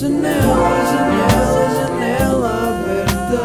Janela, janela, janela aberta.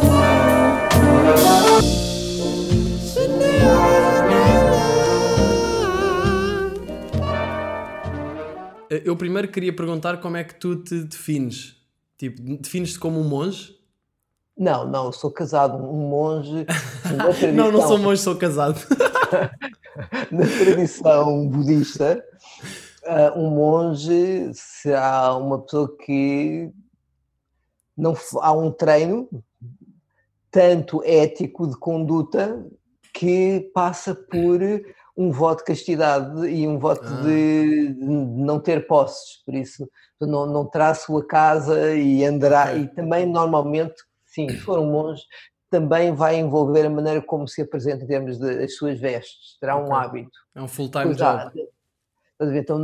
Eu primeiro queria perguntar como é que tu te defines. Tipo, defines-te como um monge? Não, sou casado, um monge, na Não sou tradição, monge, sou casado. na tradição budista, um monge será uma pessoa que não há um treino tanto ético de conduta que passa por um voto de castidade e um voto de não ter posses, por isso não terá a sua casa e andará, Ok. e também normalmente, sim, se for um monge, também vai envolver a maneira como se apresenta em termos das suas vestes, terá um Ok. hábito. É um full-time Pois job. então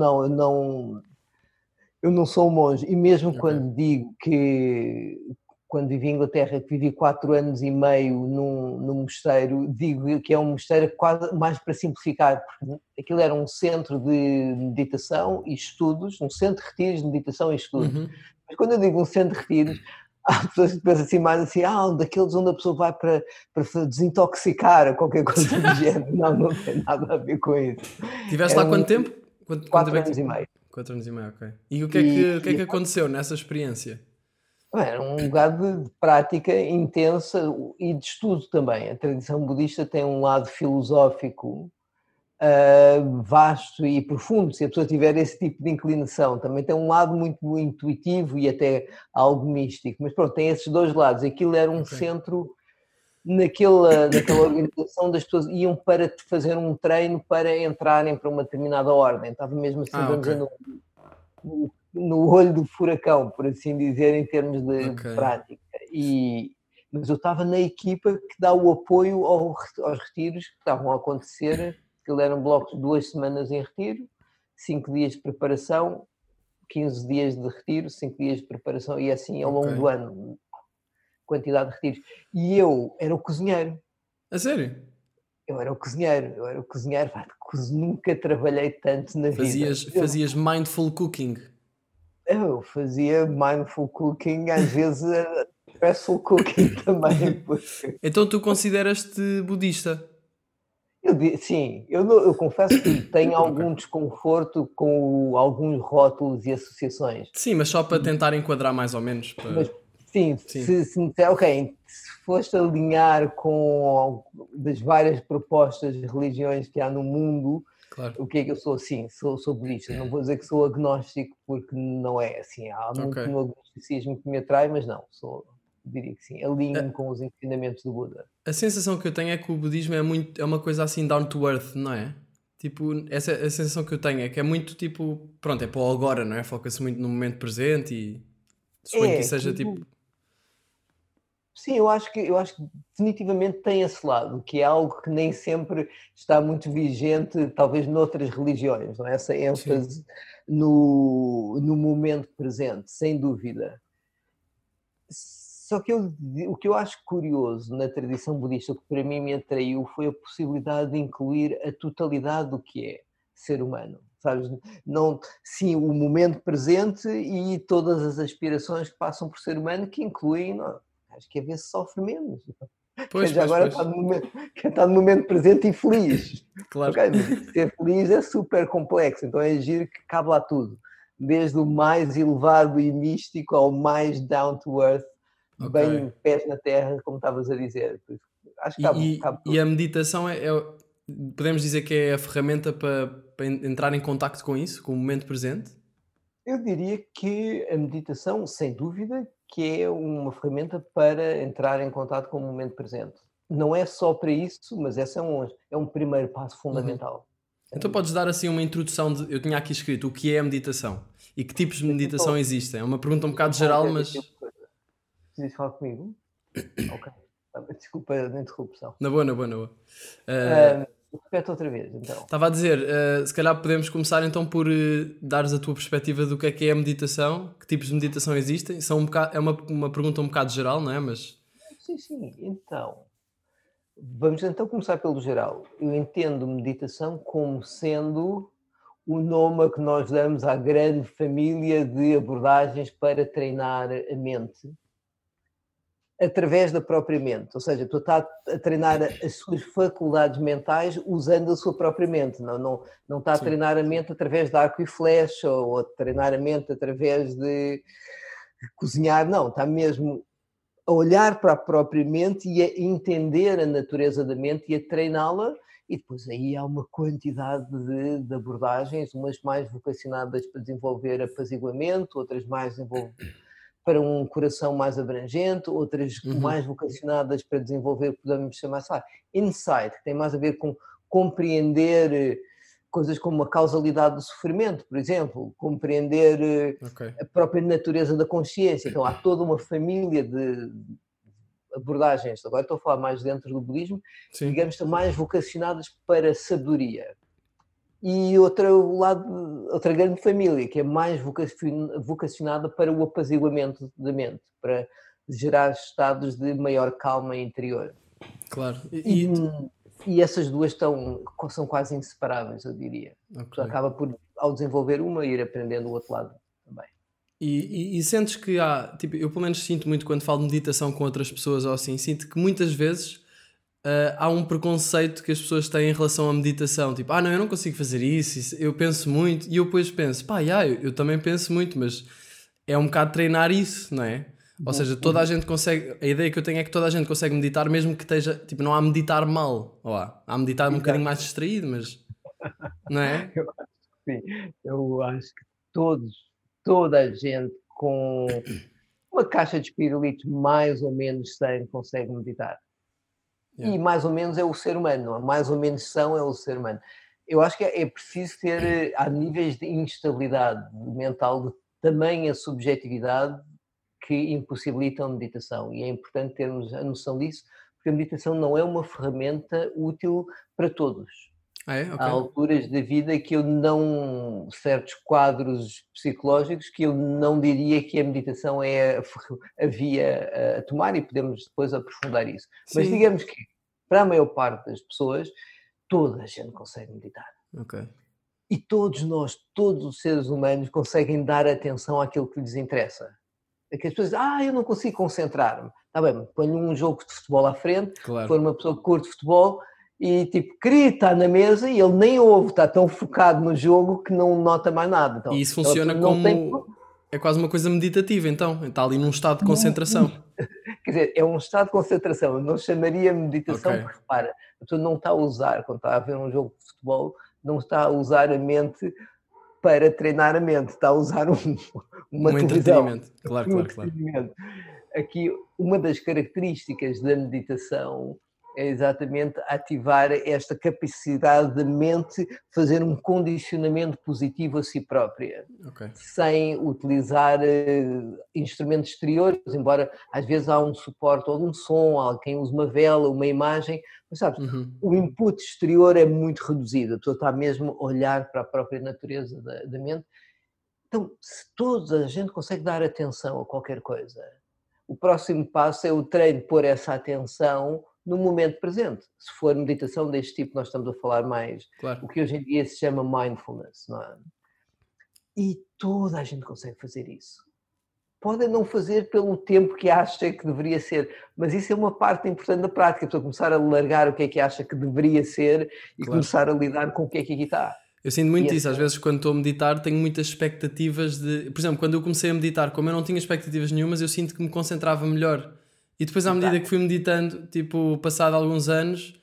eu não sou um monge, e mesmo Ok. quando digo que, quando vivi em Inglaterra, que vivi 4 anos e meio num mosteiro, digo que é um mosteiro quase mais para simplificar, porque aquilo era um centro de meditação e estudos, um centro de retiros de meditação e estudos. Uhum. Mas quando eu digo um centro de retiros, há pessoas que pensam assim mais assim, daqueles onde a pessoa vai para desintoxicar ou qualquer coisa do género. Não tem nada a ver com isso. Tiveste Era lá quanto tempo? Quanto tempo 4 é que... anos e meio. 4 anos e meio, ok. E E, o que é que aconteceu nessa experiência? Era um lugar de prática intensa e de estudo também. A tradição budista tem um lado filosófico vasto e profundo, se a pessoa tiver esse tipo de inclinação. Também tem um lado muito intuitivo e até algo místico. Mas pronto, tem esses dois lados. Aquilo era um Ok. centro naquela organização, das pessoas iam para fazer um treino para entrarem para uma determinada ordem. Estava mesmo assim, vamos Ok. dizer, no olho do furacão, por assim dizer, em termos de Ok. prática. Mas eu estava na equipa que dá o apoio aos retiros que estavam a acontecer, que eram blocos de 2 semanas em retiro, 5 dias de preparação, 15 dias de retiro, 5 dias de preparação, e assim ao Ok. longo do ano, quantidade de retiros. E eu era o cozinheiro. A sério? Nunca trabalhei tanto na vida. Fazias mindful cooking? Eu fazia mindful cooking, às vezes stressful cooking também, porque Então tu consideras-te budista? sim, eu confesso que tenho Ok. algum desconforto com alguns rótulos e associações, Sim, mas só para tentar enquadrar mais ou menos. mas sim, Sim. se me disser, ok, se foste alinhar com das várias propostas de religiões que há no mundo, Claro. o que é que eu sou? Sim, sou budista. Não vou dizer que sou agnóstico, porque não é assim. Há Ok. muito no agnosticismo que me atrai, mas não, diria que sim, alinho-me A, com os ensinamentos do Buda. a sensação que eu tenho é que o budismo é uma coisa assim down to earth, não é? Tipo, essa a sensação que eu tenho é que é muito tipo, pronto, é para o agora, não é? Foca-se muito no momento presente e suponho que isso seja tipo, Tudo. Sim, eu acho que definitivamente tem esse lado, que é algo que nem sempre está muito vigente, talvez noutras religiões, não é? Essa sim. ênfase no momento presente, sem dúvida. Só que o que eu acho curioso na tradição budista, o que para mim me atraiu, foi a possibilidade de incluir a totalidade do que é ser humano. Sabes? Não, sim, o momento presente e todas as aspirações que passam por ser humano, que incluem, não, acho que às vezes sofre menos. Pois, Já pois, agora pois. está no momento presente e feliz. Claro. Ok, mas ser feliz é super complexo, então é giro que cabe lá tudo. Desde o mais elevado e místico ao mais down to earth, Ok. bem pés na terra, como estavas a dizer. Acho que cabe E tudo. a meditação podemos dizer que é a ferramenta para entrar em contacto com isso, com o momento presente? Eu diria que a meditação, sem dúvida, que é uma ferramenta para entrar em contato com o momento presente. Não é só para isso, mas esse é um primeiro passo Uhum. fundamental. Sem Então podes dúvida. dar assim uma introdução de. Eu tinha aqui escrito o que é a meditação e que tipos de Deixa-me meditação só existem. É uma pergunta um bocado geral, interromper aqui uma mas coisa. Precisas falar comigo? Ok. Desculpa a interrupção. na boa, na boa, na boa. Uh, Repete outra vez, então. Estava a dizer, se calhar podemos começar então por dares a tua perspectiva do que é a meditação, que tipos de meditação existem. É uma pergunta um bocado geral, não é? Mas. Sim. Então, vamos então começar pelo geral. Eu entendo meditação como sendo o nome a que nós damos à grande família de abordagens para treinar a mente através da própria mente, ou seja, tu estás a treinar as suas faculdades mentais usando a sua própria mente, não está a Sim. treinar a mente através de arco e flecha ou a treinar a mente através de cozinhar, não, está mesmo a olhar para a própria mente e a entender a natureza da mente e a treiná-la, e depois aí há uma quantidade de abordagens, umas mais vocacionadas para desenvolver apaziguamento, outras mais para um coração mais abrangente, outras mais vocacionadas para desenvolver, podemos chamar, sabe, insight, que tem mais a ver com compreender coisas como a causalidade do sofrimento, por exemplo, compreender a própria natureza da consciência. Então há toda uma família de abordagens, agora estou a falar mais dentro do budismo, Sim. digamos, estão mais vocacionadas para a sabedoria. E outra grande família, que é mais vocacionada para o apaziguamento da mente, para gerar estados de maior calma interior. Claro. E essas duas são quase inseparáveis, eu diria. Okay. Acaba por, ao desenvolver uma, ir aprendendo o outro lado também. E sentes que há, tipo, eu pelo menos sinto muito quando falo de meditação com outras pessoas ou assim, sinto que muitas vezes há um preconceito que as pessoas têm em relação à meditação, tipo, não, eu não consigo fazer isso, eu penso muito, e eu depois penso, eu também penso muito, mas é um bocado treinar isso, não é? Ou seja, toda a gente consegue, a ideia que eu tenho é que toda a gente consegue meditar, mesmo que esteja, tipo, não há meditar mal, ou há meditar um bocadinho mais distraído, mas, não é? Eu acho que toda a gente com uma caixa de pirulito mais ou menos sã consegue meditar. Yeah. E mais ou menos é o ser humano, não é? Mais ou menos são é o ser humano. Eu acho que é preciso ter, há níveis de instabilidade mental, de tamanha subjetividade que impossibilitam a meditação, e é importante termos a noção disso, porque a meditação não é uma ferramenta útil para todos. Okay. Há alturas da vida que certos quadros psicológicos que eu não diria que a meditação é a via a tomar, e podemos depois aprofundar isso. Sim. Mas digamos que, para a maior parte das pessoas, toda a gente consegue meditar. Okay. E todos os seres humanos conseguem dar atenção àquilo que lhes interessa. É que as pessoas dizem, eu não consigo concentrar-me. Está bem, ponho um jogo de futebol à frente, claro. For uma pessoa que curte futebol, e tipo, queria estar na mesa e ele nem ouve, está tão focado no jogo que não nota mais nada. Então, e isso funciona como... É quase uma coisa meditativa, então. Está ali num estado de concentração. Quer dizer, é um estado de concentração. Eu não chamaria meditação, porque repara, a pessoa não está a usar, quando está a ver um jogo de futebol, não está a usar a mente para treinar a mente, está a usar uma televisão. Claro. Aqui, uma das características da meditação é exatamente ativar esta capacidade da mente fazer um condicionamento positivo a si própria, sem utilizar instrumentos exteriores, embora às vezes há um suporte ou um som, alguém usa uma vela, uma imagem, mas sabes, o input exterior é muito reduzido, a pessoa está mesmo a olhar para a própria natureza da mente. Então, se toda a gente consegue dar atenção a qualquer coisa, o próximo passo é o treino de pôr essa atenção no momento presente. Se for meditação deste tipo, nós estamos a falar mais o que hoje em dia se chama mindfulness, não é? E toda a gente consegue fazer isso. Podem não fazer pelo tempo que acha que deveria ser, mas isso é uma parte importante da prática, a pessoa começar a largar o que acha que deveria ser e começar a lidar com o que aqui está. Eu sinto muito isso, às vezes quando estou a meditar tenho muitas expectativas de... Por exemplo, quando eu comecei a meditar, como eu não tinha expectativas nenhumas, eu sinto que me concentrava melhor. E depois, à medida que fui meditando, tipo, passado alguns anos,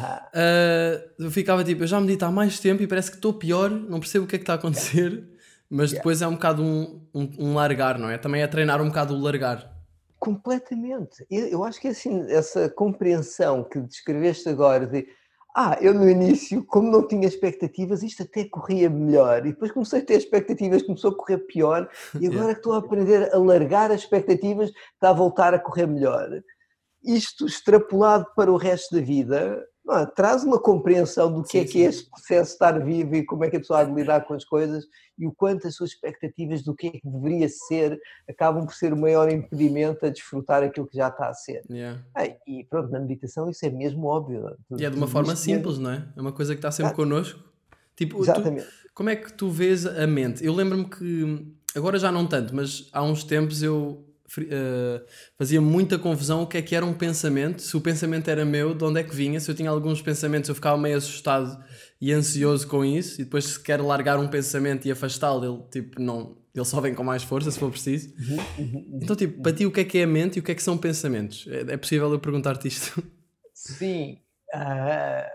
eu ficava tipo, eu já medito há mais tempo e parece que estou pior, não percebo o que é que está a acontecer, mas depois é um bocado um largar, não é? Também é treinar um bocado o largar. Completamente. Eu acho que assim, essa compreensão que descreveste agora de eu no início, como não tinha expectativas, isto até corria melhor. E depois comecei a ter expectativas, começou a correr pior. E agora que estou a aprender a largar as expectativas, está a voltar a correr melhor. Isto extrapolado para o resto da vida, traz uma compreensão do que é este processo de estar vivo e como é que a pessoa há de lidar com as coisas e o quanto as suas expectativas do que é que deveria ser acabam por ser o maior impedimento a desfrutar aquilo que já está a ser. E pronto, na meditação isso é mesmo óbvio. E é de uma forma simples, não é? É uma coisa que está sempre connosco. Tipo, Exatamente. como é que tu vês a mente? Eu lembro-me que, agora já não tanto, mas há uns tempos eu fazia muita confusão o que era um pensamento, se o pensamento era meu, de onde é que vinha, se eu tinha alguns pensamentos eu ficava meio assustado e ansioso com isso, e depois se quero largar um pensamento e afastá-lo, ele tipo, não, ele só vem com mais força se for preciso. Então tipo, para ti o que é a mente e o que são pensamentos? É possível eu perguntar-te isto? Sim. ah,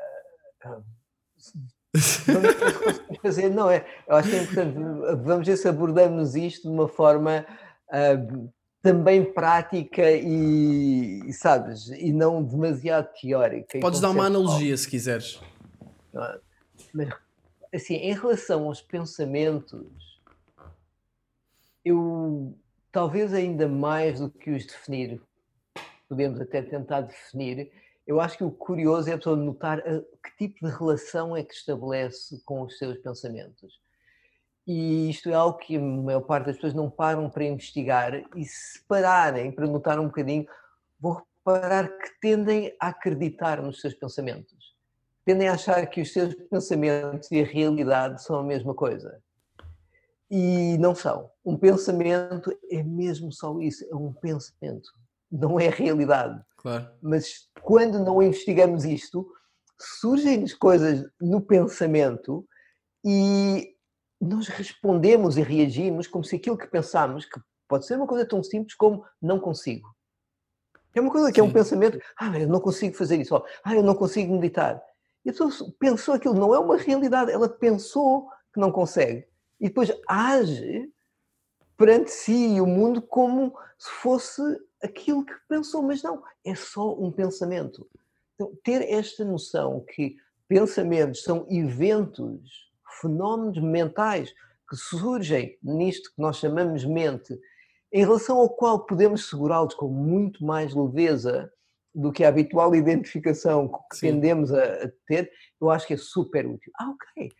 Vamos ver se conseguimos fazer, não é? Eu acho que é importante, vamos ver se abordamos isto de uma forma também prática sabes, e não demasiado teórica e Podes dar uma conceptual. analogia se quiseres. Não é? Mas, assim, em relação aos pensamentos, eu talvez ainda mais do que os definir, podemos até tentar definir. Eu acho que o curioso é a pessoa notar que tipo de relação é que estabelece com os seus pensamentos. E isto é algo que a maior parte das pessoas não param para investigar, e se pararem para notar um bocadinho, vão reparar que tendem a acreditar nos seus pensamentos. Tendem a achar que os seus pensamentos e a realidade são a mesma coisa. E não são. Um pensamento é mesmo só isso, é um pensamento, não é realidade. Claro. Mas quando não investigamos isto, surgem-nos coisas no pensamento e nós respondemos e reagimos como se aquilo que pensamos, que pode ser uma coisa tão simples como não consigo. É uma coisa que é um Sim. pensamento, eu não consigo fazer isso, eu não consigo meditar. E a pessoa pensou aquilo, não é uma realidade, ela pensou que não consegue. E depois age perante si e o mundo como se fosse aquilo que pensou, mas não, é só um pensamento. Então, ter esta noção que pensamentos são eventos, fenómenos mentais que surgem nisto que nós chamamos mente, em relação ao qual podemos segurá-los com muito mais leveza do que a habitual identificação que Sim. tendemos a ter, eu acho que é super útil. Ok,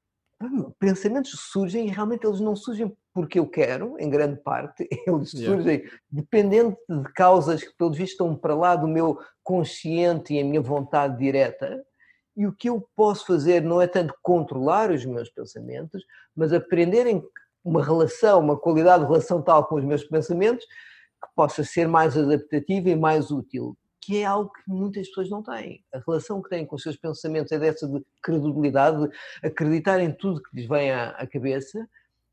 pensamentos surgem e realmente eles não surgem porque eu quero, em grande parte, eles surgem dependendo de causas que, pelos vistos, estão para lá do meu consciente e a minha vontade direta. E o que eu posso fazer não é tanto controlar os meus pensamentos, mas aprender em uma relação, uma qualidade de relação tal com os meus pensamentos que possa ser mais adaptativa e mais útil, que é algo que muitas pessoas não têm. A relação que têm com os seus pensamentos é dessa de credibilidade, de acreditar em tudo que lhes vem à cabeça,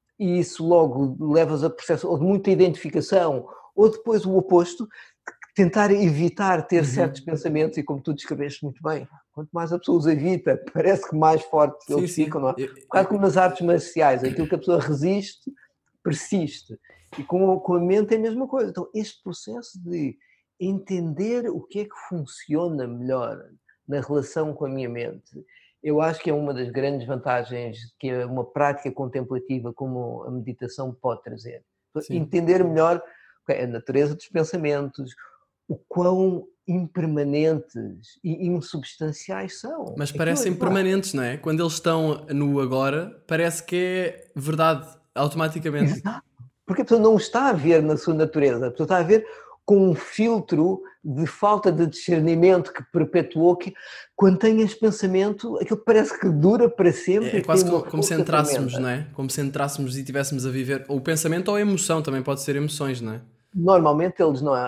e isso logo leva-os a processo ou de muita identificação, ou depois o oposto, tentar evitar ter certos pensamentos, e como tu descreveste muito bem, quanto mais a pessoa os evita, parece que mais fortes Sim, eles sim. ficam, não é? Um bocado como nas artes marciais, aquilo que a pessoa resiste, persiste. E com a mente é a mesma coisa. Então, este processo de entender o que é que funciona melhor na relação com a minha mente, eu acho que é uma das grandes vantagens que uma prática contemplativa como a meditação pode trazer. Sim. Entender melhor a natureza dos pensamentos, o quão impermanentes e insubstanciais são. Mas parecem permanentes, não é? Quando eles estão no agora, parece que é verdade, automaticamente. Exato. Porque a pessoa não está a ver na sua natureza, a pessoa está a ver com um filtro de falta de discernimento que perpetuou que, quando tem este pensamento, aquilo parece que dura para sempre. É quase tem uma como se força entrássemos, tremenda. não é? Como se entrássemos e estivéssemos a viver. Ou o pensamento ou a emoção, também pode ser emoções, não é? Normalmente eles não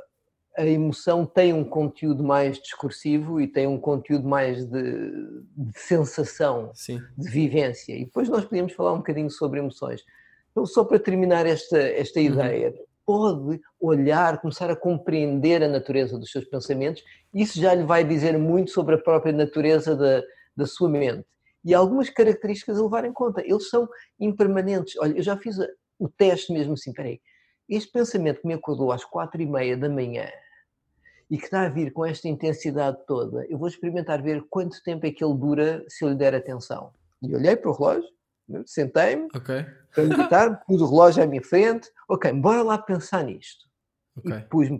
a emoção tem um conteúdo mais discursivo e tem um conteúdo mais de sensação, Sim. de vivência. E depois nós podíamos falar um bocadinho sobre emoções. Então, só para terminar esta ideia, pode olhar, começar a compreender a natureza dos seus pensamentos, isso já lhe vai dizer muito sobre a própria natureza da sua mente. E algumas características a levar em conta. Eles são impermanentes. Olha, eu já fiz o teste mesmo assim, peraí, este pensamento que me acordou às 4h30 da manhã e que está a vir com esta intensidade toda, eu vou experimentar ver quanto tempo é que ele dura se eu lhe der atenção. E olhei para o relógio, sentei-me Ok. para meditar, pus o relógio à minha frente, ok, bora lá pensar nisto. Ok. E pus-me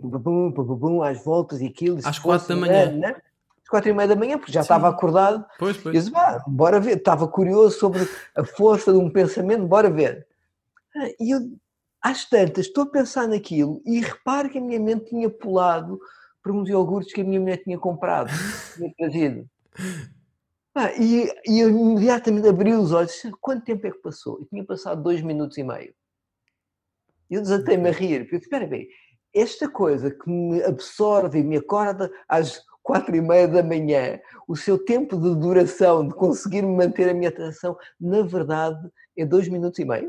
às voltas e aquilo. Às 4 da manhã. Às 4h30 da manhã, porque já estava acordado. Pois. E eu disse, bora ver. Estava curioso sobre a força de um pensamento, bora ver. E eu, às tantas, estou a pensar naquilo e reparo que a minha mente tinha pulado para uns iogurtes que a minha mulher tinha comprado, tinha trazido. E eu imediatamente abri os olhos. Quanto tempo é que passou? E tinha passado 2 minutos e meio. E eu desatei-me a rir. Porque, espera bem, esta coisa que me absorve e me acorda às 4h30 da manhã, o seu tempo de duração, de conseguir manter a minha atenção, na verdade, é 2 minutos e meio.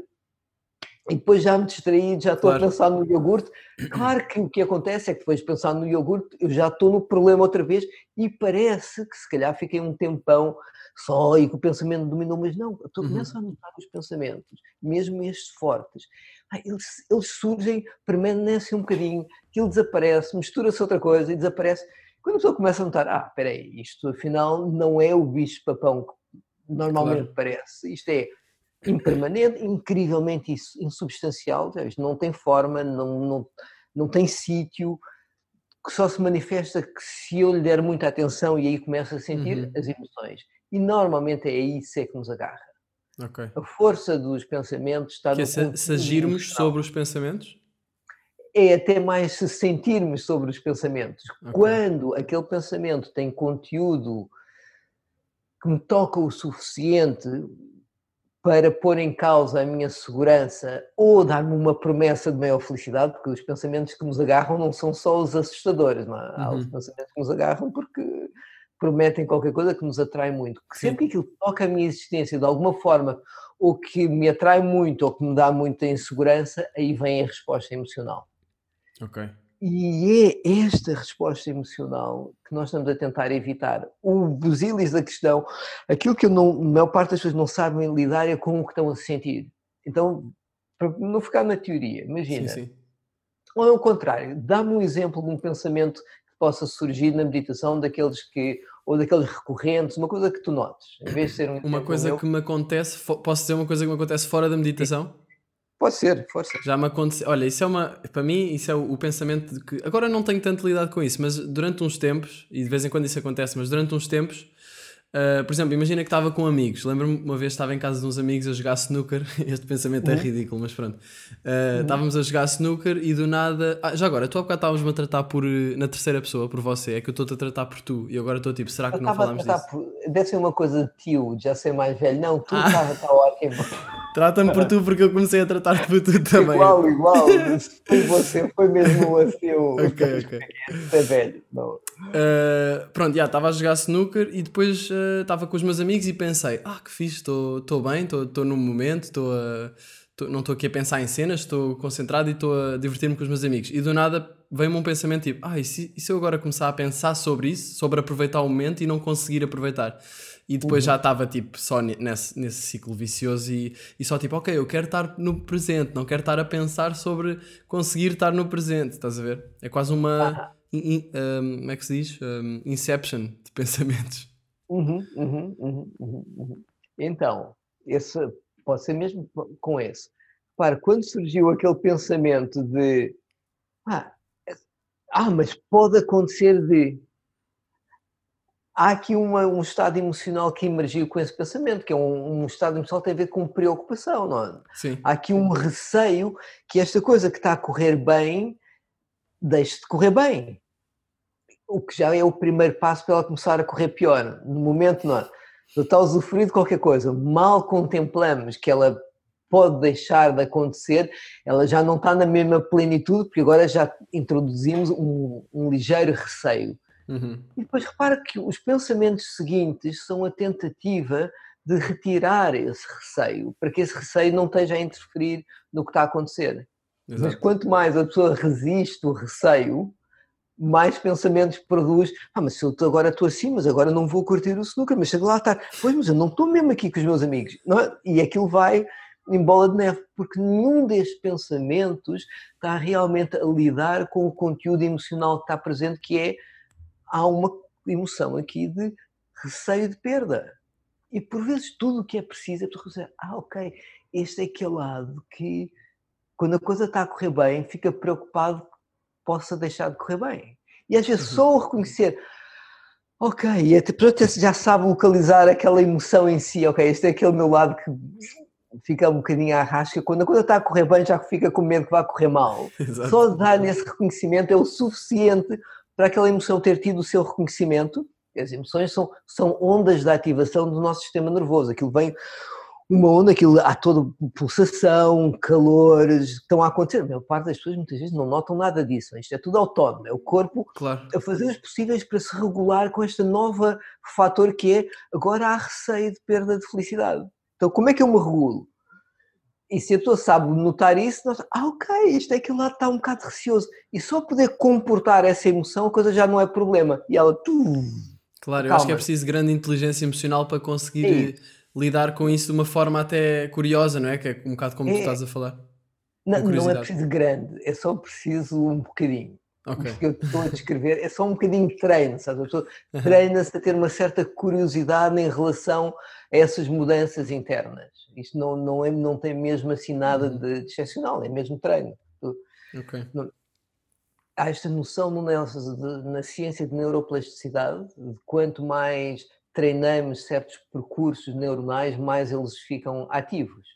E depois já me distraí, já estou a pensar no iogurte. Claro que o que acontece é que depois de pensar no iogurte, eu já estou no problema outra vez e parece que se calhar fiquei um tempão só e que o pensamento dominou, mas não, a pessoa começa a notar os pensamentos, mesmo estes fortes. Eles surgem, permanecem um bocadinho, aquilo desaparece, mistura-se outra coisa e desaparece. Quando a pessoa começa a notar, espera aí, isto afinal não é o bicho-papão que normalmente parece, isto é impermanente, incrivelmente insubstancial, isto não tem forma, não tem sítio, que só se manifesta que se eu lhe der muita atenção e aí começo a sentir as emoções. E normalmente é isso que nos agarra. Okay. A força dos pensamentos está no se agirmos sobre os pensamentos? É até mais se sentirmos sobre os pensamentos. Okay. Quando aquele pensamento tem conteúdo que me toca o suficiente para pôr em causa a minha segurança ou dar-me uma promessa de maior felicidade, porque os pensamentos que nos agarram não são só os assustadores, não é? Há os pensamentos que nos agarram porque prometem qualquer coisa que nos atrai muito. Sempre que aquilo toca a minha existência de alguma forma, ou que me atrai muito, ou que me dá muita insegurança, aí vem a resposta emocional. Ok. E é esta resposta emocional que nós estamos a tentar evitar. O busilis da questão, aquilo que a maior parte das pessoas não sabem lidar é com o que estão a sentir. Então, para não ficar na teoria, imagina. Sim. Ou é o contrário, dá-me um exemplo de um pensamento que possa surgir na meditação ou daqueles recorrentes, uma coisa que tu notes, em vez de ser uma coisa que me acontece, posso dizer uma coisa que me acontece fora da meditação? Sim. Pode ser, força. Já me aconteceu. Olha, para mim, isso é o pensamento de que. Agora não tenho tanto lidado com isso, mas durante uns tempos, e de vez em quando isso acontece, mas durante uns tempos, por exemplo, imagina que estava com amigos. Lembro-me uma vez estava em casa de uns amigos a jogar snooker. Este pensamento é ridículo, mas pronto. Estávamos a jogar snooker e do nada. Já agora, tu há bocado estavas-me a tratar na terceira pessoa, por você. É que eu estou-te a tratar por tu. E agora estou tipo, será que não falámos disso? Deve ser uma coisa de tio, já ser mais velho. Não, tu está ótimo. Trata-me por tu porque eu comecei a tratar-te por tu também. Igual. Você foi mesmo assim. Ok. É velho. Não. Pronto, estava a jogar snooker e depois estava com os meus amigos e pensei, que fixe, estou bem, estou no momento, não estou aqui a pensar em cenas, estou concentrado e estou a divertir-me com os meus amigos. E do nada veio-me um pensamento tipo, e se eu agora começar a pensar sobre isso, sobre aproveitar o momento e não conseguir aproveitar? E depois já estava tipo só nesse ciclo vicioso e só tipo, ok, eu quero estar no presente, não quero estar a pensar sobre conseguir estar no presente, estás a ver? É quase uma, como é que se diz? Inception de pensamentos. Então, esse pode ser mesmo com esse. Repara, quando surgiu aquele pensamento de mas pode acontecer de... Há aqui um estado emocional que emergiu com esse pensamento, que é um estado emocional que tem a ver com preocupação, não é? Sim. Há aqui um receio que esta coisa que está a correr bem, deixe de correr bem. O que já é o primeiro passo para ela começar a correr pior. No momento, não é? Eu estou a usufruir de qualquer coisa, mal contemplamos que ela pode deixar de acontecer, ela já não está na mesma plenitude, porque agora já introduzimos um ligeiro receio. E depois repara que os pensamentos seguintes são a tentativa de retirar esse receio, para que esse receio não esteja a interferir no que está a acontecer. Exato. Mas quanto mais a pessoa resiste o receio, mais pensamentos produz. Mas se eu agora estou assim, mas agora não vou curtir o snooker, mas chego lá a estar. Pois, mas eu não estou mesmo aqui com os meus amigos. Não é? E aquilo vai em bola de neve, porque nenhum destes pensamentos está realmente a lidar com o conteúdo emocional que está presente, que é, há uma emoção aqui de receio de perda. E por vezes tudo o que é preciso é tu dizer, ok, este é aquele lado que, quando a coisa está a correr bem, fica preocupado que possa deixar de correr bem. E às vezes só o reconhecer, ok, e a pessoa já sabe localizar aquela emoção em si, ok, este é aquele meu lado que fica um bocadinho à rasca, quando a coisa está a correr bem já fica com medo que vai correr mal. Exato. Só dar-lhe esse reconhecimento é o suficiente para aquela emoção ter tido o seu reconhecimento, As emoções são ondas de ativação do nosso sistema nervoso. Aquilo vem uma onda, aquilo, há toda pulsação, calores que estão a acontecer. A maior parte das pessoas muitas vezes não notam nada disso. Isto é tudo autónomo, é o corpo Claro. a fazer os possíveis para se regular com este novo fator que é agora há receio de perda de felicidade. Então como é que eu me regulo? E se a pessoa sabe notar isso, nós, ok, isto é que lá está um bocado receoso. E só poder comportar essa emoção, a coisa já não é problema. E ela, Claro, eu acho que é preciso grande inteligência emocional para conseguir lidar com isso de uma forma até curiosa, não é? Que é um bocado como tu estás a falar. Não é preciso grande, é só preciso um bocadinho. Ok. O que eu estou a descrever é só um bocadinho de treino, sabe? A pessoa treina-se a ter uma certa curiosidade em relação a essas mudanças internas. Isto não tem mesmo assim nada de excepcional, é mesmo treino. Ok. Há esta noção na ciência de neuroplasticidade, de quanto mais treinamos certos percursos neuronais, mais eles ficam ativos.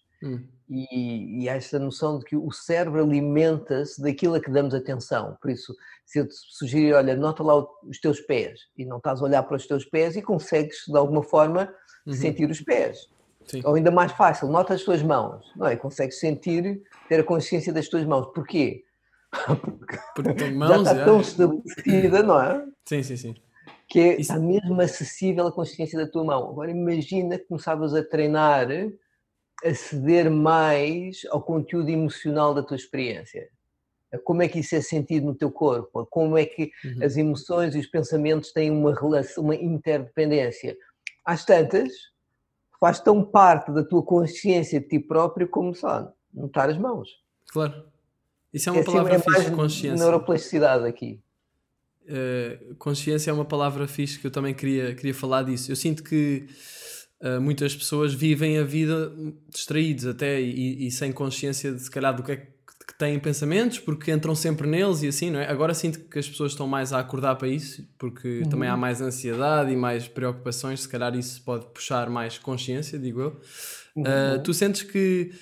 E há esta noção de que o cérebro alimenta-se daquilo a que damos atenção. Por isso, se eu te sugerir, olha, nota lá os teus pés, e não estás a olhar para os teus pés e consegues, de alguma forma, sentir os pés. Sim. Ou ainda mais fácil, nota as tuas mãos, não é? Consegues sentir, ter a consciência das tuas mãos. Porquê? Porque tem Já mãos, está tão estabelecida, não é? Sim. Que está mesmo acessível a consciência da tua mão. Agora imagina que começavas a treinar, a ceder mais ao conteúdo emocional da tua experiência. Como é que isso é sentido no teu corpo? Como é que as emoções e os pensamentos têm uma relação, uma interdependência? Às tantas, faz tão parte da tua consciência de ti próprio como só notar as mãos. Claro. Isso é uma palavra fixe, consciência. Neuroplasticidade aqui. Consciência é uma palavra fixe que eu também queria falar disso. Eu sinto que muitas pessoas vivem a vida distraídos até e sem consciência de se calhar do que é que têm pensamentos, porque entram sempre neles e assim, não é? Agora sinto que as pessoas estão mais a acordar para isso, porque também há mais ansiedade e mais preocupações, se calhar isso pode puxar mais consciência, digo eu. Tu sentes que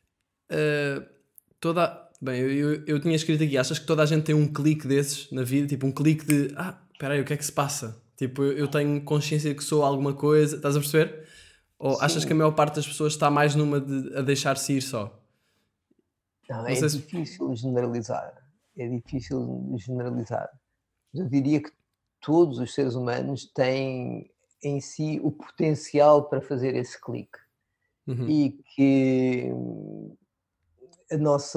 Bem, eu tinha escrito aqui, achas que toda a gente tem um clique desses na vida? Tipo, um clique de, espera aí, o que é que se passa? Tipo, eu tenho consciência de que sou alguma coisa, estás a perceber? Ou achas que a maior parte das pessoas está mais numa a deixar-se ir só? Não, é difícil generalizar. Mas eu diria que todos os seres humanos têm em si o potencial para fazer esse clique. E que a nossa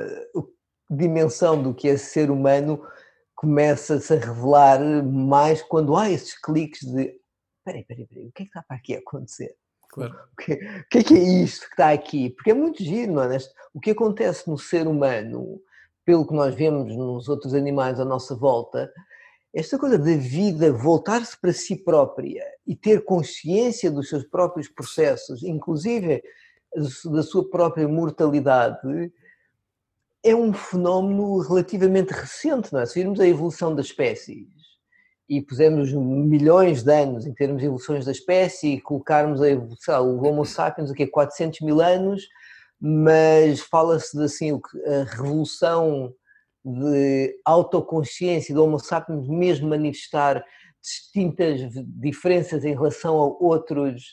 dimensão do que é ser humano começa-se a revelar mais quando há esses cliques de espera aí, o que é que está para aqui a acontecer? Claro. O que é isto que está aqui? Porque é muito giro, não é? O que acontece no ser humano, pelo que nós vemos nos outros animais à nossa volta, esta coisa da vida voltar-se para si própria e ter consciência dos seus próprios processos, inclusive da sua própria mortalidade, é um fenómeno relativamente recente, não é? Se virmos a evolução das espécies e pusermos milhões de anos em termos de evoluções da espécie e colocarmos a evolução, o Homo sapiens aqui a 400 mil anos, mas fala-se de assim, a revolução de autoconsciência do Homo sapiens mesmo manifestar distintas diferenças em relação a outros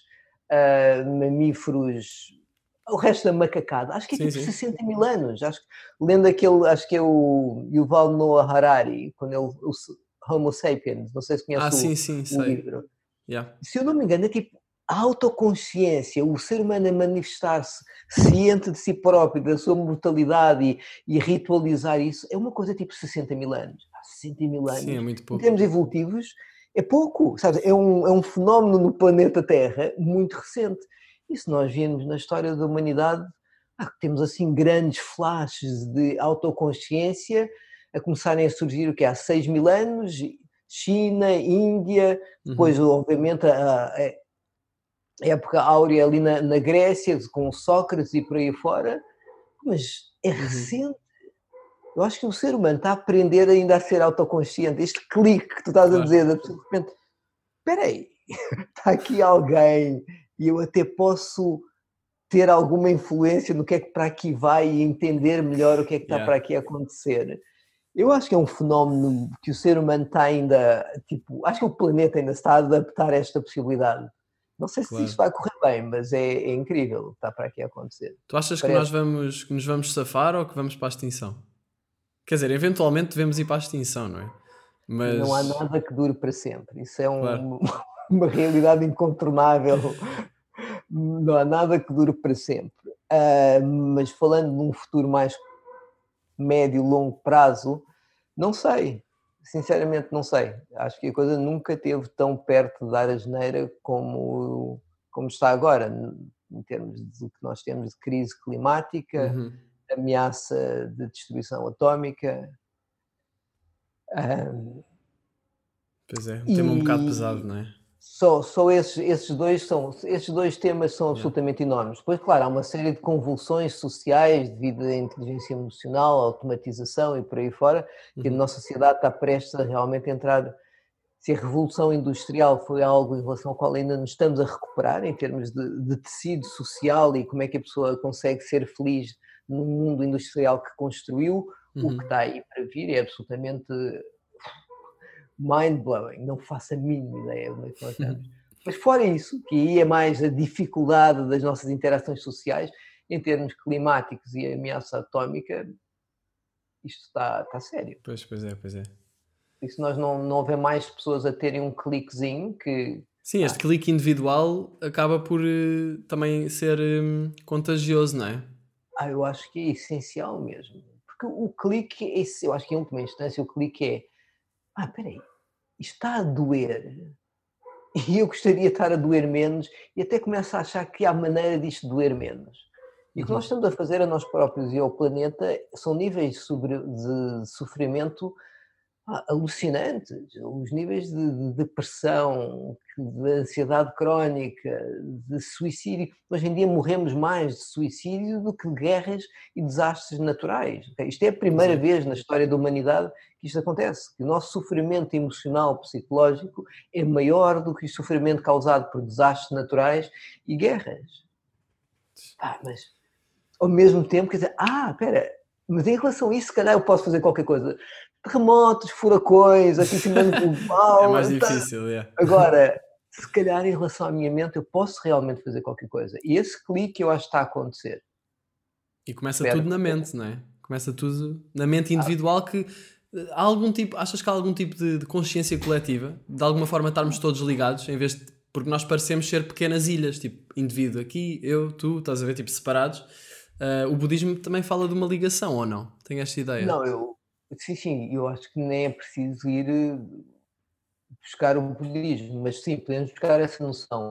mamíferos, o resto da macacada, acho que é tipo 60 mil anos, lendo acho que é o Yuval Noah Harari, quando ele, o Homo Sapiens, não sei se conhece o livro. Yeah. Se eu não me engano, é tipo a autoconsciência, o ser humano a manifestar-se ciente de si próprio, da sua mortalidade e ritualizar isso, é uma coisa tipo 60 mil anos. 60 mil anos, sim, é muito pouco. Em termos evolutivos, é pouco, sabes? É um fenómeno no planeta Terra muito recente. E se nós virmos na história da humanidade, temos assim grandes flashes de autoconsciência a começarem a surgir o que há 6 mil anos, China, Índia, depois obviamente a época áurea ali na Grécia, com Sócrates e por aí fora, mas é recente. Eu acho que o ser humano está a aprender ainda a ser autoconsciente. Este clique que tu estás a dizer, de repente, espera aí, está aqui alguém e eu até posso ter alguma influência no que é que para aqui vai e entender melhor o que é que está para aqui a acontecer. Eu acho que é um fenómeno que o ser humano está ainda, tipo, acho que o planeta ainda se está a adaptar a esta possibilidade. Não sei se isto Claro. vai correr bem, mas é incrível o que está para aqui a acontecer. Tu achas que Parece que nos vamos safar ou que vamos para a extinção? Quer dizer, eventualmente devemos ir para a extinção, não é? que não há Mas, nada que dure para sempre. Isso é claro. uma realidade incontornável. Não há nada que dure para sempre. Mas falando de um futuro mais médio, longo prazo, não sei. Sinceramente, não sei. Acho que a coisa nunca esteve tão perto de dar a geneira como está agora, em termos do que nós temos de crise climática, Uhum. ameaça de destruição atómica. ah, Pois é, um tema um bocado pesado, E não é? só esses dois temas são Yeah. absolutamente enormes. Depois, claro, há uma série de convulsões sociais devido à inteligência emocional, à automatização e por aí fora, que a Uhum. nossa sociedade está prestes a realmente entrar. Se a revolução industrial foi algo em relação ao qual ainda nos estamos a recuperar, em termos de tecido social e como é que a pessoa consegue ser feliz no mundo industrial que construiu, o que Uhum. está aí para vir é absolutamente mind-blowing, não faço a mínima ideia de onde é que nós estamos. Mas fora isso, que aí é mais a dificuldade das nossas interações sociais, em termos climáticos e ameaça atómica, isto está sério. Pois é, pois é. E se nós não houver mais pessoas a terem um cliquezinho que... Sim, este pá, clique individual acaba por também ser contagioso, não é? eu acho que é essencial mesmo. Porque o clique, eu acho que em última instância o clique é, espera aí, isto está a doer e eu gostaria de estar a doer menos e até começo a achar que há maneira disto doer menos. E o que nós Uhum. estamos a fazer a nós próprios e ao planeta são níveis de sofrimento alucinantes. Os níveis de depressão, de ansiedade crónica, de suicídio. Hoje em dia morremos mais de suicídio do que de guerras e desastres naturais. Isto é a Pois primeira é. vez na história da humanidade que isto acontece, que o nosso sofrimento emocional, psicológico, é maior do que o sofrimento causado por desastres naturais e guerras. Mas ao mesmo tempo, quer dizer, espera, mas em relação a isso, se calhar eu posso fazer qualquer coisa. Terremotos, furacões, aquecimento É global. mais difícil, é. Agora, se calhar em relação à minha mente, eu posso realmente fazer qualquer coisa. E esse clique eu acho que está a acontecer. E começa Espero tudo na que seja. mente, não é? Começa tudo na mente individual que há algum tipo, achas que há algum tipo de consciência coletiva? De alguma forma estarmos todos ligados, em vez de, porque nós parecemos ser pequenas ilhas, tipo, indivíduo aqui, eu, tu, estás a ver, tipo, separados. O budismo também fala de uma ligação, ou não? Tenho esta ideia. Não, sim, eu acho que nem é preciso ir buscar o budismo, mas sim, podemos buscar essa noção.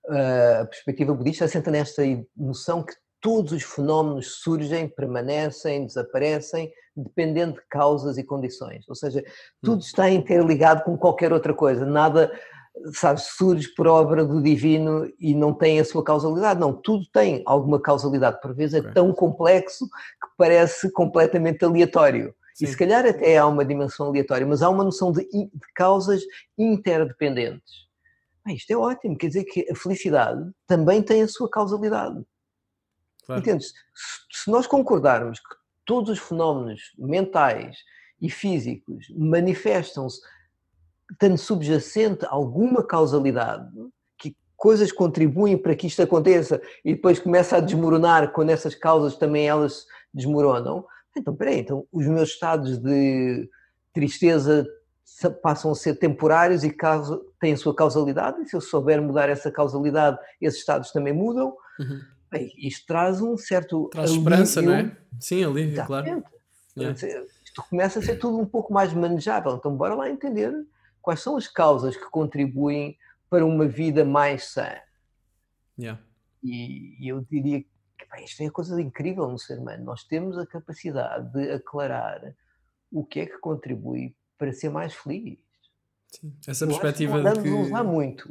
A perspectiva budista assenta nesta noção que todos os fenómenos surgem, permanecem, desaparecem, dependendo de causas e condições. Ou seja, tudo Hum, está interligado com qualquer outra coisa. Nada, sabes, surge por obra do divino e não tem a sua causalidade. Não, tudo tem alguma causalidade. Por vezes é ok. tão complexo que parece completamente aleatório. E se Sim, calhar até há uma dimensão aleatória, mas há uma noção de causas interdependentes. Isto é ótimo, quer dizer que a felicidade também tem a sua causalidade. claro. Entendes? Se nós concordarmos que todos os fenómenos mentais e físicos manifestam-se tendo subjacente alguma causalidade, que coisas contribuem para que isto aconteça e depois começa a desmoronar quando essas causas também elas desmoronam, então peraí, então os meus estados de tristeza passam a ser temporários e têm a sua causalidade, e se eu souber mudar essa causalidade, esses estados também mudam. Uhum. Bem, isto traz um certo Traz esperança, não alívio. é? Sim, alívio, claro. Exatamente. Yeah. Isto começa a ser tudo um pouco mais manejável. Então, bora lá entender quais são as causas que contribuem para uma vida mais sã. Yeah. E eu diria que isto é a coisa incrível no ser humano. Nós temos a capacidade de aclarar o que é que contribui para ser mais feliz. Sim. Essa Eu acho que não perspectiva de andamos a usar que muito.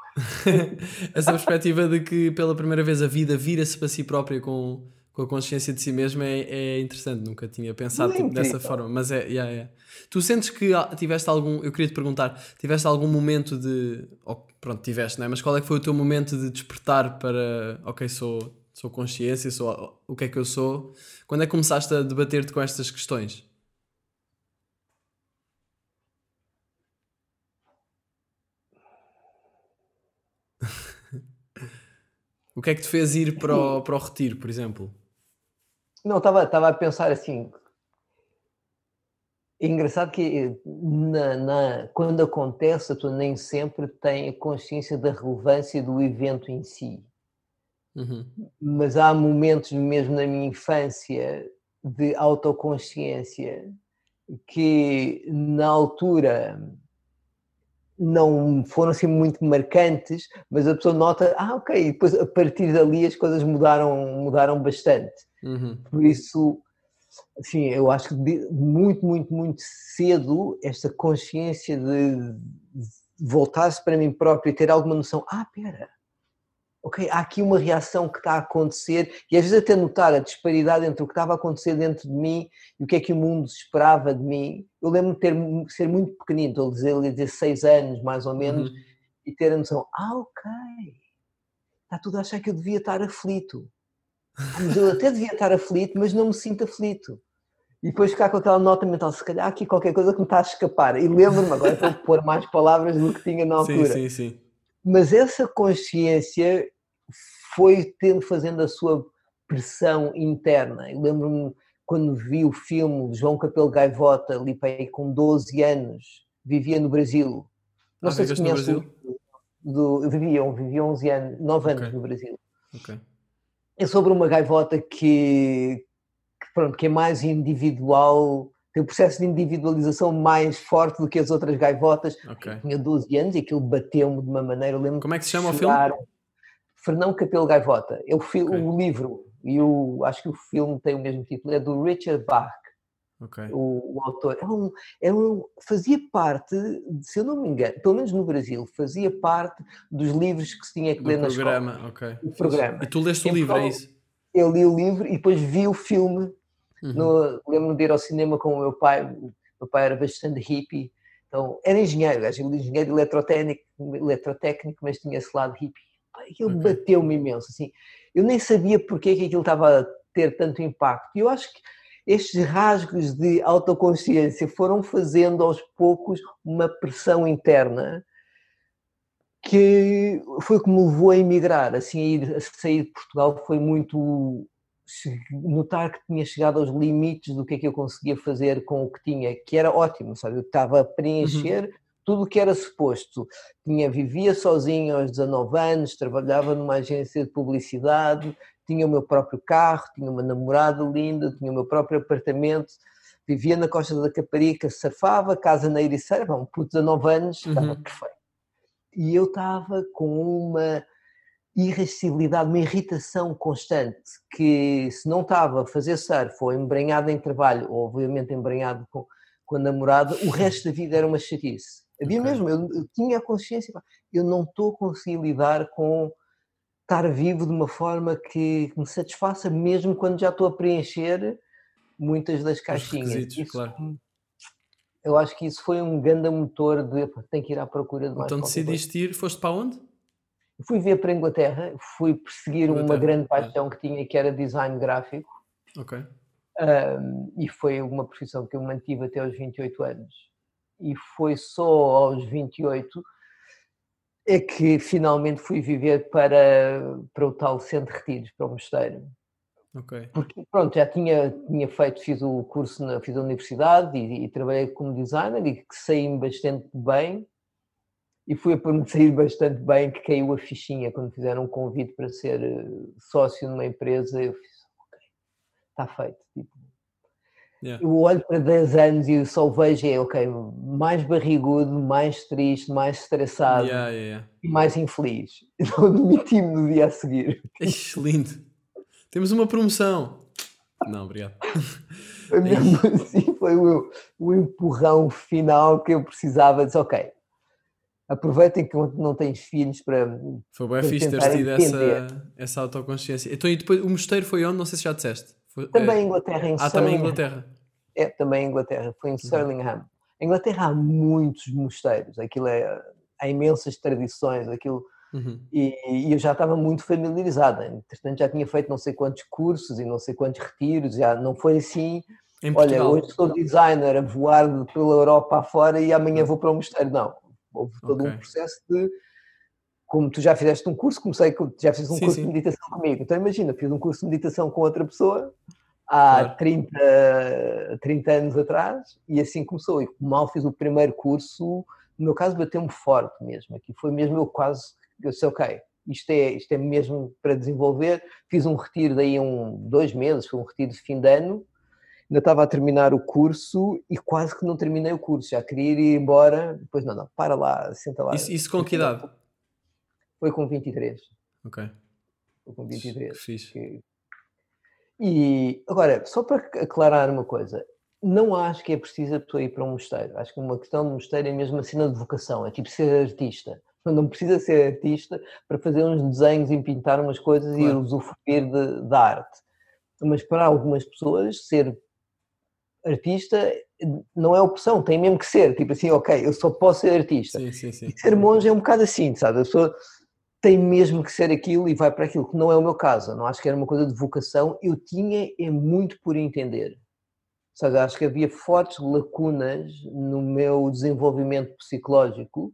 essa perspectiva de que pela primeira vez a vida vira-se para si própria com a consciência de si mesma é interessante, nunca tinha Não pensado é tipo, dessa incrível? forma, mas Tu sentes que tiveste algum, eu queria te perguntar, tiveste algum momento de, pronto, tiveste, não é? Mas qual é que foi o teu momento de despertar para, ok, sou consciência, sou o que é que eu sou? Quando é que começaste a debater-te com estas questões? O que é que te fez ir para o retiro, por exemplo? Não, estava a pensar assim. É engraçado que quando acontece, a pessoa nem sempre tem a consciência da relevância do evento em si. Uhum. Mas há momentos mesmo na minha infância de autoconsciência que na altura não foram assim muito marcantes, mas a pessoa nota, ok, e depois a partir dali as coisas mudaram bastante. Uhum. Por isso, assim, eu acho que muito, muito, muito cedo esta consciência de voltar-se para mim próprio e ter alguma noção, espera, ok, há aqui uma reação que está a acontecer, e às vezes até notar a disparidade entre o que estava a acontecer dentro de mim e o que é que o mundo esperava de mim. Eu lembro-me de ser muito pequenino, estou a dizer 6 anos mais ou menos, e ter a noção, ok, está tudo a achar que eu devia estar aflito. Mas eu até devia estar aflito, mas não me sinto aflito. E depois ficar com aquela nota mental, se calhar há aqui qualquer coisa que me está a escapar. E lembro-me, agora estou a pôr mais palavras do que tinha na altura. Sim, sim, sim. Mas essa consciência foi fazendo a sua pressão interna. Eu lembro-me quando vi o filme João Capelo Gaivota, ali para aí com 12 anos, vivia no Brasil. Não sei se Viveste no conhece Brasil? vivia 11 anos, 9 Ok. anos no Brasil. Ok. É sobre uma gaivota que é mais individual, tem o processo de individualização mais forte do que as outras gaivotas. Ok. Eu tinha 12 anos e aquilo bateu-me de uma maneira, eu lembro Como é que se de chama o chorar. filme? Fernão Capelo Gaivota. Ok. O livro, e acho que o filme tem o mesmo título, é do Richard Bach, Ok. o autor. Fazia parte, se eu não me engano, pelo menos no Brasil, fazia parte dos livros que se tinha que Do ler na escola. programa, ok. O Fixe. programa. E tu leste o Em livro, é Portugal, isso? eu li o livro e depois vi o filme. Lembro-me de ir ao cinema com o meu pai. O meu pai era bastante hippie, então era engenheiro, engenheiro eletrotécnico, mas tinha esse lado hippie. Aquilo bateu-me imenso, assim. Eu nem sabia porque que aquilo estava a ter tanto impacto. E eu acho que estes rasgos de autoconsciência foram fazendo aos poucos uma pressão interna que foi o que me levou a emigrar, assim, a sair de Portugal. Foi muito notar que tinha chegado aos limites do que é que eu conseguia fazer com o que tinha, que era ótimo, sabe? Eu estava a preencher tudo o que era suposto. Vivia sozinho aos 19 anos, trabalhava numa agência de publicidade, tinha o meu próprio carro, tinha uma namorada linda, tinha o meu próprio apartamento, vivia na Costa da Caparica, surfava, casa na Ericeira, um puto de 19 anos, estava perfeito. E eu estava com uma irascibilidade, uma irritação constante, que se não estava a fazer surf ou embrenhado em trabalho, ou obviamente embrenhado com a namorada, o resto da vida era uma chatice. Havia mesmo, eu tinha a consciência, eu não estou a conseguir lidar com estar vivo de uma forma que me satisfaça, mesmo quando já estou a preencher muitas das Os caixinhas. requisitos, claro. Eu acho que isso foi um grande motor de tenho que ir à procura de mais Então qualquer coisa. decidiste ir, foste para onde? Fui ver para a Inglaterra, fui perseguir uma Inglaterra, grande paixão que tinha, que era design gráfico, Ok. e foi uma profissão que eu mantive até aos 28 anos. E foi só aos 28 é que finalmente fui viver para o tal centro de retiros, para o mosteiro. Ok. Porque, pronto, já tinha feito, fiz o curso, fiz a universidade e trabalhei como designer e que saí-me bastante bem. E foi por me sair bastante bem que caiu a fichinha quando fizeram um convite para ser sócio numa empresa. Eu fiz, ok, está feito. Tipo, Yeah. eu olho para 10 anos e só o vejo ok, mais barrigudo, mais triste, mais estressado Yeah. e mais infeliz. Então demiti-me no dia a seguir. Ixi, lindo. Temos uma promoção. Não, obrigado. Foi mesmo assim, foi o empurrão final que eu precisava. Disse, ok, aproveitem que não tens filhos para Foi bem fixe teres tentar tido entender. essa autoconsciência. Então, e depois o mosteiro foi onde? Não sei se já disseste. Também em Inglaterra, em também em Surlingham. Inglaterra. Também em Inglaterra, foi em Surlingham. Em Inglaterra há muitos mosteiros, há imensas tradições, e eu já estava muito familiarizada. Entretanto, já tinha feito não sei quantos cursos e não sei quantos retiros, já não foi assim, Em olha, Portugal. hoje sou designer a voar pela Europa afora e amanhã vou para um mosteiro. Não, houve todo um processo de como tu já fizeste um curso, já fizeste um Sim, curso de sim, meditação comigo. Então imagina, fiz um curso de meditação com outra pessoa há claro. 30 anos atrás e assim começou. E mal fiz o primeiro curso, no meu caso bateu-me forte mesmo. Aqui foi mesmo eu sei, ok, isto é mesmo para desenvolver. Fiz um retiro daí 2 meses, foi um retiro de fim de ano. Ainda estava a terminar o curso e quase que não terminei o curso. Já queria ir embora. Depois, não, para lá, senta lá. Isso com que idade? Foi com 23. Ok, Foi com que 23. fixe. E agora, só para aclarar uma coisa, não acho que é preciso a pessoa ir para um mosteiro. Acho que uma questão de mosteiro é mesmo a cena de vocação, é tipo ser artista. Não precisa ser artista para fazer uns desenhos e pintar umas coisas e Claro. usufruir da arte. Mas para algumas pessoas, ser artista não é opção, tem mesmo que ser. Tipo assim, ok, eu só posso ser artista. Sim, sim, E sim. ser monge é um bocado assim, sabe? A pessoa tem mesmo que ser aquilo e vai para aquilo, que não é o meu caso. Eu não acho que era uma coisa de vocação, eu tinha muito por entender. Sabe, acho que havia fortes lacunas no meu desenvolvimento psicológico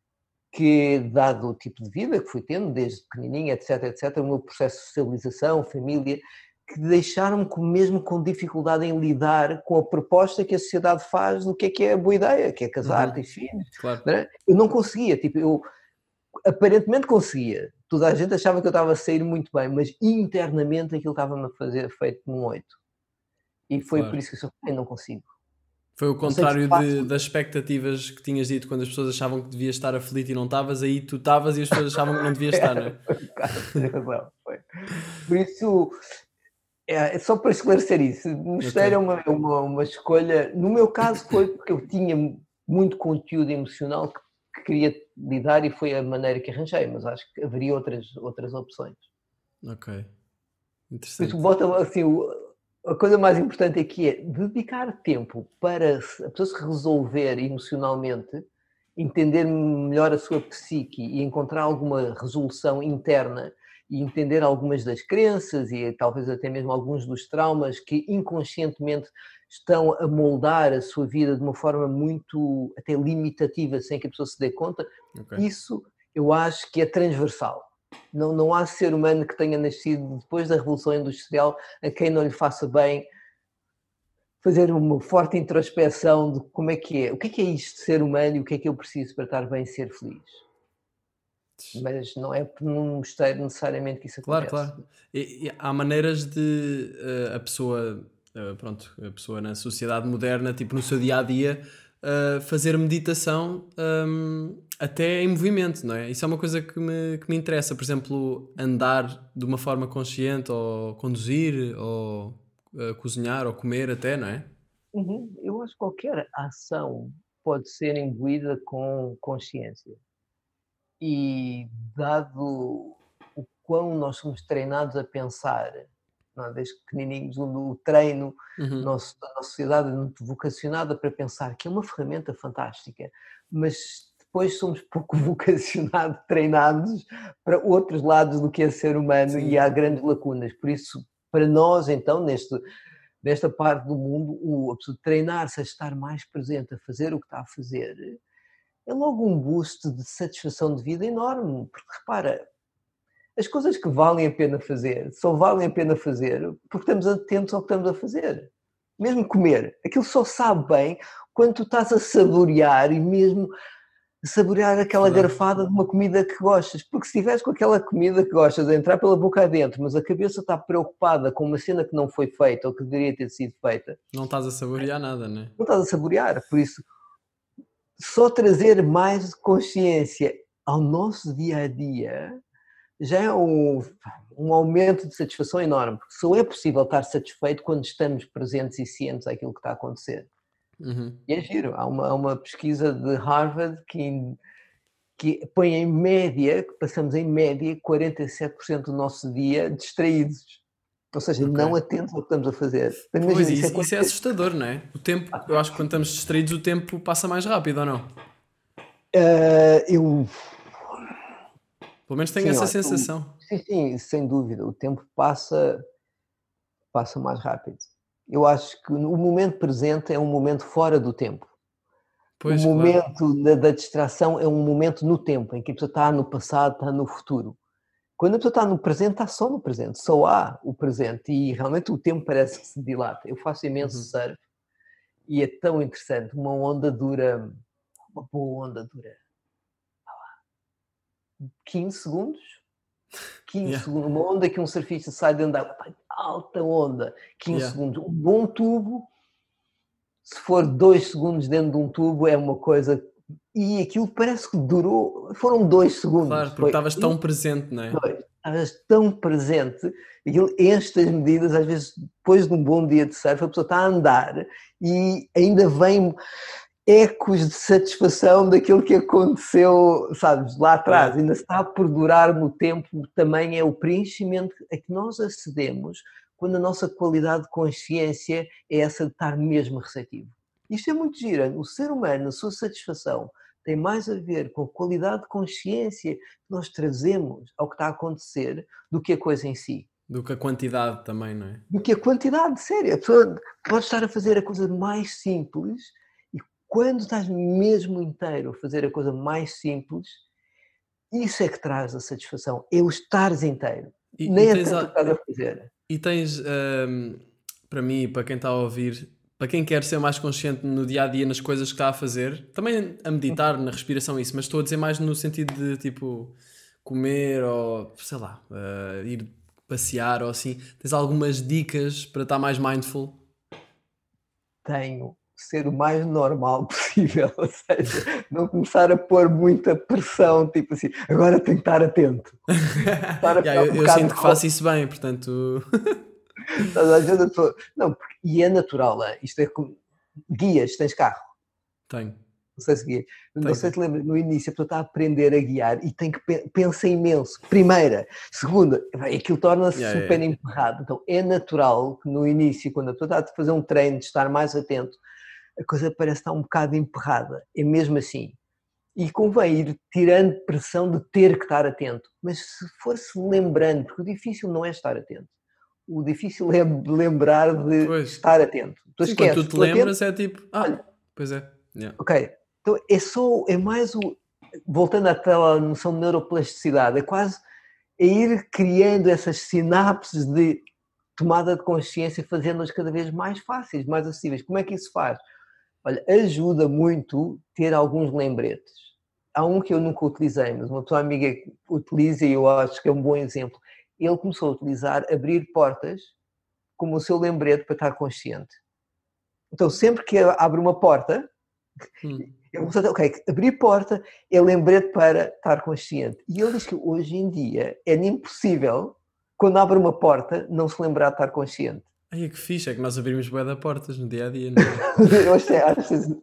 que, dado o tipo de vida que fui tendo, desde pequenininha, etc, etc, o meu processo de socialização, família, que deixaram-me mesmo com dificuldade em lidar com a proposta que a sociedade faz do que é a boa ideia, que é casar, ter filhos. Claro. Não é? Eu não conseguia, tipo, eu aparentemente conseguia. Toda a gente achava que eu estava a sair muito bem, mas internamente aquilo estava-me a fazer feito num 8. E foi por Claro. isso que eu só não consigo. Foi o Não sei que se contrário faço. das expectativas que tinhas dito quando as pessoas achavam que devias estar aflito e não estavas, aí tu estavas e as pessoas achavam que não devias estar, não é? Foi um bocado, tens razão. Foi. Por isso, é só para esclarecer isso, Ok, mosteiro é uma escolha. No meu caso, foi porque eu tinha muito conteúdo emocional que queria lidar e foi a maneira que arranjei, mas acho que haveria outras opções. ok. Por isso, Interessante. bota assim, a coisa mais importante aqui é dedicar tempo para a pessoa se resolver emocionalmente, entender melhor a sua psique e encontrar alguma resolução interna e entender algumas das crenças e talvez até mesmo alguns dos traumas que inconscientemente estão a moldar a sua vida de uma forma muito até limitativa sem que a pessoa se dê conta. Ok. Isso eu acho que é transversal. Não há ser humano que tenha nascido depois da Revolução Industrial a quem não lhe faça bem fazer uma forte introspeção de como é, o que é isto de ser humano e o que é que eu preciso para estar bem e ser feliz. Mas não é num mosteiro necessariamente que isso Claro, acontece. claro. E há maneiras de a pessoa, pronto, a pessoa na sociedade moderna, tipo no seu dia a dia, fazer meditação até em movimento, não é? Isso é uma coisa que me interessa. Por exemplo, andar de uma forma consciente, ou conduzir, ou cozinhar, ou comer, até, não é? Uhum. Eu acho que qualquer ação pode ser imbuída com consciência. E dado o quão nós somos treinados a pensar, não é? Desde pequenininhos, o treino, Uhum. a nossa sociedade é muito vocacionada para pensar que é uma ferramenta fantástica, mas depois somos pouco vocacionados, treinados para outros lados do que é ser humano e Sim. há grandes lacunas. Por isso, para nós, então, nesta parte do mundo, a pessoa treinar-se a estar mais presente, a fazer o que está a fazer, é logo um boost de satisfação de vida enorme, porque repara, as coisas que valem a pena fazer, só valem a pena fazer porque estamos atentos ao que estamos a fazer. Mesmo comer, aquilo só sabe bem quando tu estás a saborear e mesmo saborear aquela Verdade. garfada de uma comida que gostas, porque se estiveres com aquela comida que gostas a entrar pela boca adentro, mas a cabeça está preocupada com uma cena que não foi feita ou que deveria ter sido feita, Não estás a saborear nada, não é? não estás a saborear, por isso só trazer mais consciência ao nosso dia a dia já é um aumento de satisfação enorme, porque só é possível estar satisfeito quando estamos presentes e cientes daquilo que está a acontecer. Uhum. E é giro, há uma pesquisa de Harvard que põe em média, que passamos em média 47% do nosso dia distraídos, ou seja, Ok. não atentos ao que estamos a fazer. Então, Pois, imagina, isso é isso é assustador, não é? O tempo, eu acho que quando estamos distraídos, o tempo passa mais rápido, ou não? eu Pelo menos tenho sim, essa olha, sensação. sim, sim, sem dúvida, o tempo passa mais rápido. Eu acho que o momento presente é um momento fora do tempo. O Pois, claro. momento da distração é um momento no tempo, em que a pessoa está no passado, está no futuro. Quando a pessoa está no presente, está só no presente, só há o presente e realmente o tempo parece que se dilata. Eu faço imenso Uhum. surf e é tão interessante. Uma boa onda dura 15 segundos. 15 Yeah. segundos, uma onda que um surfista sai de andar, alta onda, 15 Yeah. segundos. Um bom tubo, se for 2 segundos dentro de um tubo, é uma coisa. E aquilo parece que durou, foram 2 segundos. Claro, porque Foi estavas tão presente, não é? estavas tão presente, aquilo enche as medidas, às vezes depois de um bom dia de surf, a pessoa está a andar e ainda vem ecos de satisfação daquilo que aconteceu, sabes, lá atrás, ainda está a perdurar no tempo, também é o preenchimento a que nós acedemos quando a nossa qualidade de consciência é essa de estar mesmo receptivo. Isto é muito giro, o ser humano, a sua satisfação, tem mais a ver com a qualidade de consciência que nós trazemos ao que está a acontecer do que a coisa em si. Do que a quantidade também, não é? Do que a quantidade, sério. A pessoa pode estar a fazer a coisa mais simples e quando estás mesmo inteiro a fazer a coisa mais simples, isso é que traz a satisfação, é o estares inteiro. E, Nem e é tens, tanto o que a- estás a fazer. e tens para mim e para quem está a ouvir, para quem quer ser mais consciente no dia a dia nas coisas que está a fazer, também a meditar, na respiração, isso, mas estou a dizer mais no sentido de tipo comer ou sei lá, ir passear ou assim. Tens algumas dicas para estar mais mindful? Tenho ser o mais normal possível, ou seja, não começar a pôr muita pressão, tipo assim, agora tenho que estar atento. Estar a Yeah, ficar um eu bocado sinto que faço isso bem, portanto. às vezes a pessoa, não, e é natural, isto é como guias, tens carro. Tenho. Não sei se guia. Não sei Tenho. se lembra, no início a pessoa está a aprender a guiar e tem que pensa imenso. Primeira, segunda, aquilo torna-se Yeah, super yeah. emperrado. Então é natural que no início, quando a pessoa está a fazer um treino de estar mais atento, a coisa parece estar um bocado emperrada. É mesmo assim. E convém ir tirando pressão de ter que estar atento. Mas se for-se lembrando, porque o difícil não é estar atento. O difícil é lembrar de Pois. estar atento. Tu Sim, quando tu esqueces, te estou atento, lembras é tipo, olha, pois é. Yeah. ok. Então é mais voltando àquela noção de neuroplasticidade, é quase ir criando essas sinapses de tomada de consciência, fazendo-as cada vez mais fáceis, mais acessíveis. Como é que isso faz? Olha, ajuda muito ter alguns lembretes. Há um que eu nunca utilizei, mas uma pessoa amiga utiliza e eu acho que é um bom exemplo. Ele começou a utilizar abrir portas como o seu lembrete para estar consciente. Então, sempre que abre uma porta, eu vou ok, abrir porta é lembrete para estar consciente. E ele diz que hoje em dia é impossível, quando abre uma porta, não se lembrar de estar consciente. Ai, que fixe, é que nós abrimos bué de portas no dia a dia, não é? Eu acho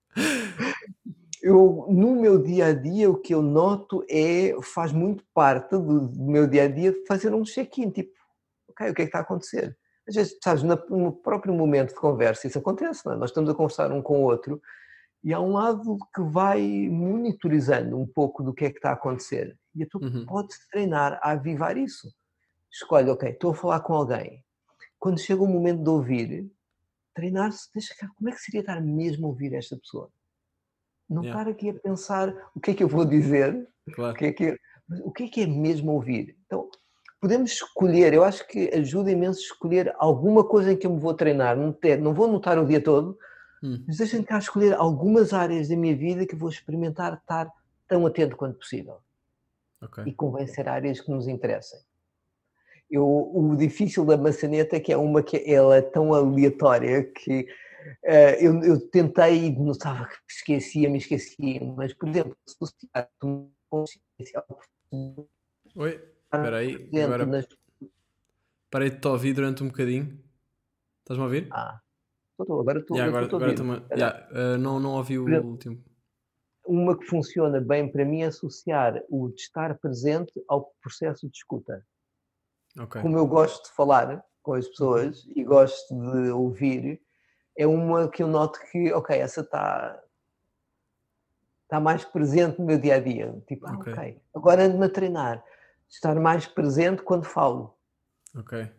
no meu dia a dia, o que eu noto faz muito parte do meu dia a dia fazer um check-in, tipo, ok, o que é que está a acontecer? Às vezes, sabes, no próprio momento de conversa, isso acontece, não é? Nós estamos a conversar um com o outro e há um lado que vai monitorizando um pouco do que é que está a acontecer. E tu podes treinar a avivar isso. Escolhe, ok, estou a falar com alguém. Quando chega o momento de ouvir, treinar-se, deixa cá, como é que seria estar mesmo a ouvir esta pessoa? Não Yeah, estar aqui a pensar o que é que eu vou dizer, claro. o que é mesmo ouvir. Então, podemos escolher, eu acho que ajuda imenso escolher alguma coisa em que eu me vou treinar. Não vou notar o dia todo, mas deixem-me cá escolher algumas áreas da minha vida que vou experimentar estar tão atento quanto possível. Ok. E convém ser áreas que nos interessem. O difícil da maçaneta é que é uma que ela é tão aleatória que eu tentei e notava que me esquecia, mas, por exemplo, associar consciência ao Oi, espera aí, presente agora parei de te ouvir durante um bocadinho. Estás-me a ouvir? agora Yeah, eu estou a ouvir. não ouvi o último. Uma que funciona bem para mim é associar o de estar presente ao processo de escuta. Ok. Como eu gosto de falar com as pessoas e gosto de ouvir, é uma que eu noto que, ok, essa está mais presente no meu dia a dia. Tipo, ok, agora ando-me a treinar. Estar mais presente quando falo. Ok.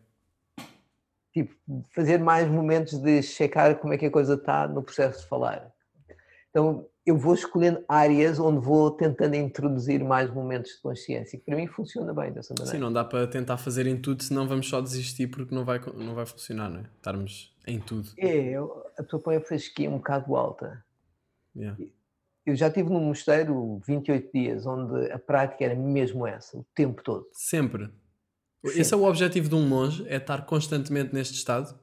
Tipo, fazer mais momentos de checar como é que a coisa está no processo de falar. Então eu vou escolhendo áreas onde vou tentando introduzir mais momentos de consciência, que para mim funciona bem dessa Sim, maneira. não dá para tentar fazer em tudo, senão vamos só desistir porque não vai funcionar, não é? Estarmos em tudo. A pessoa põe a fasquia um bocado alta. Yeah. Eu já estive num mosteiro 28 dias, onde a prática era mesmo essa, o tempo todo. Sempre. Esse é Sempre. o objetivo de um monge, é estar constantemente neste estado?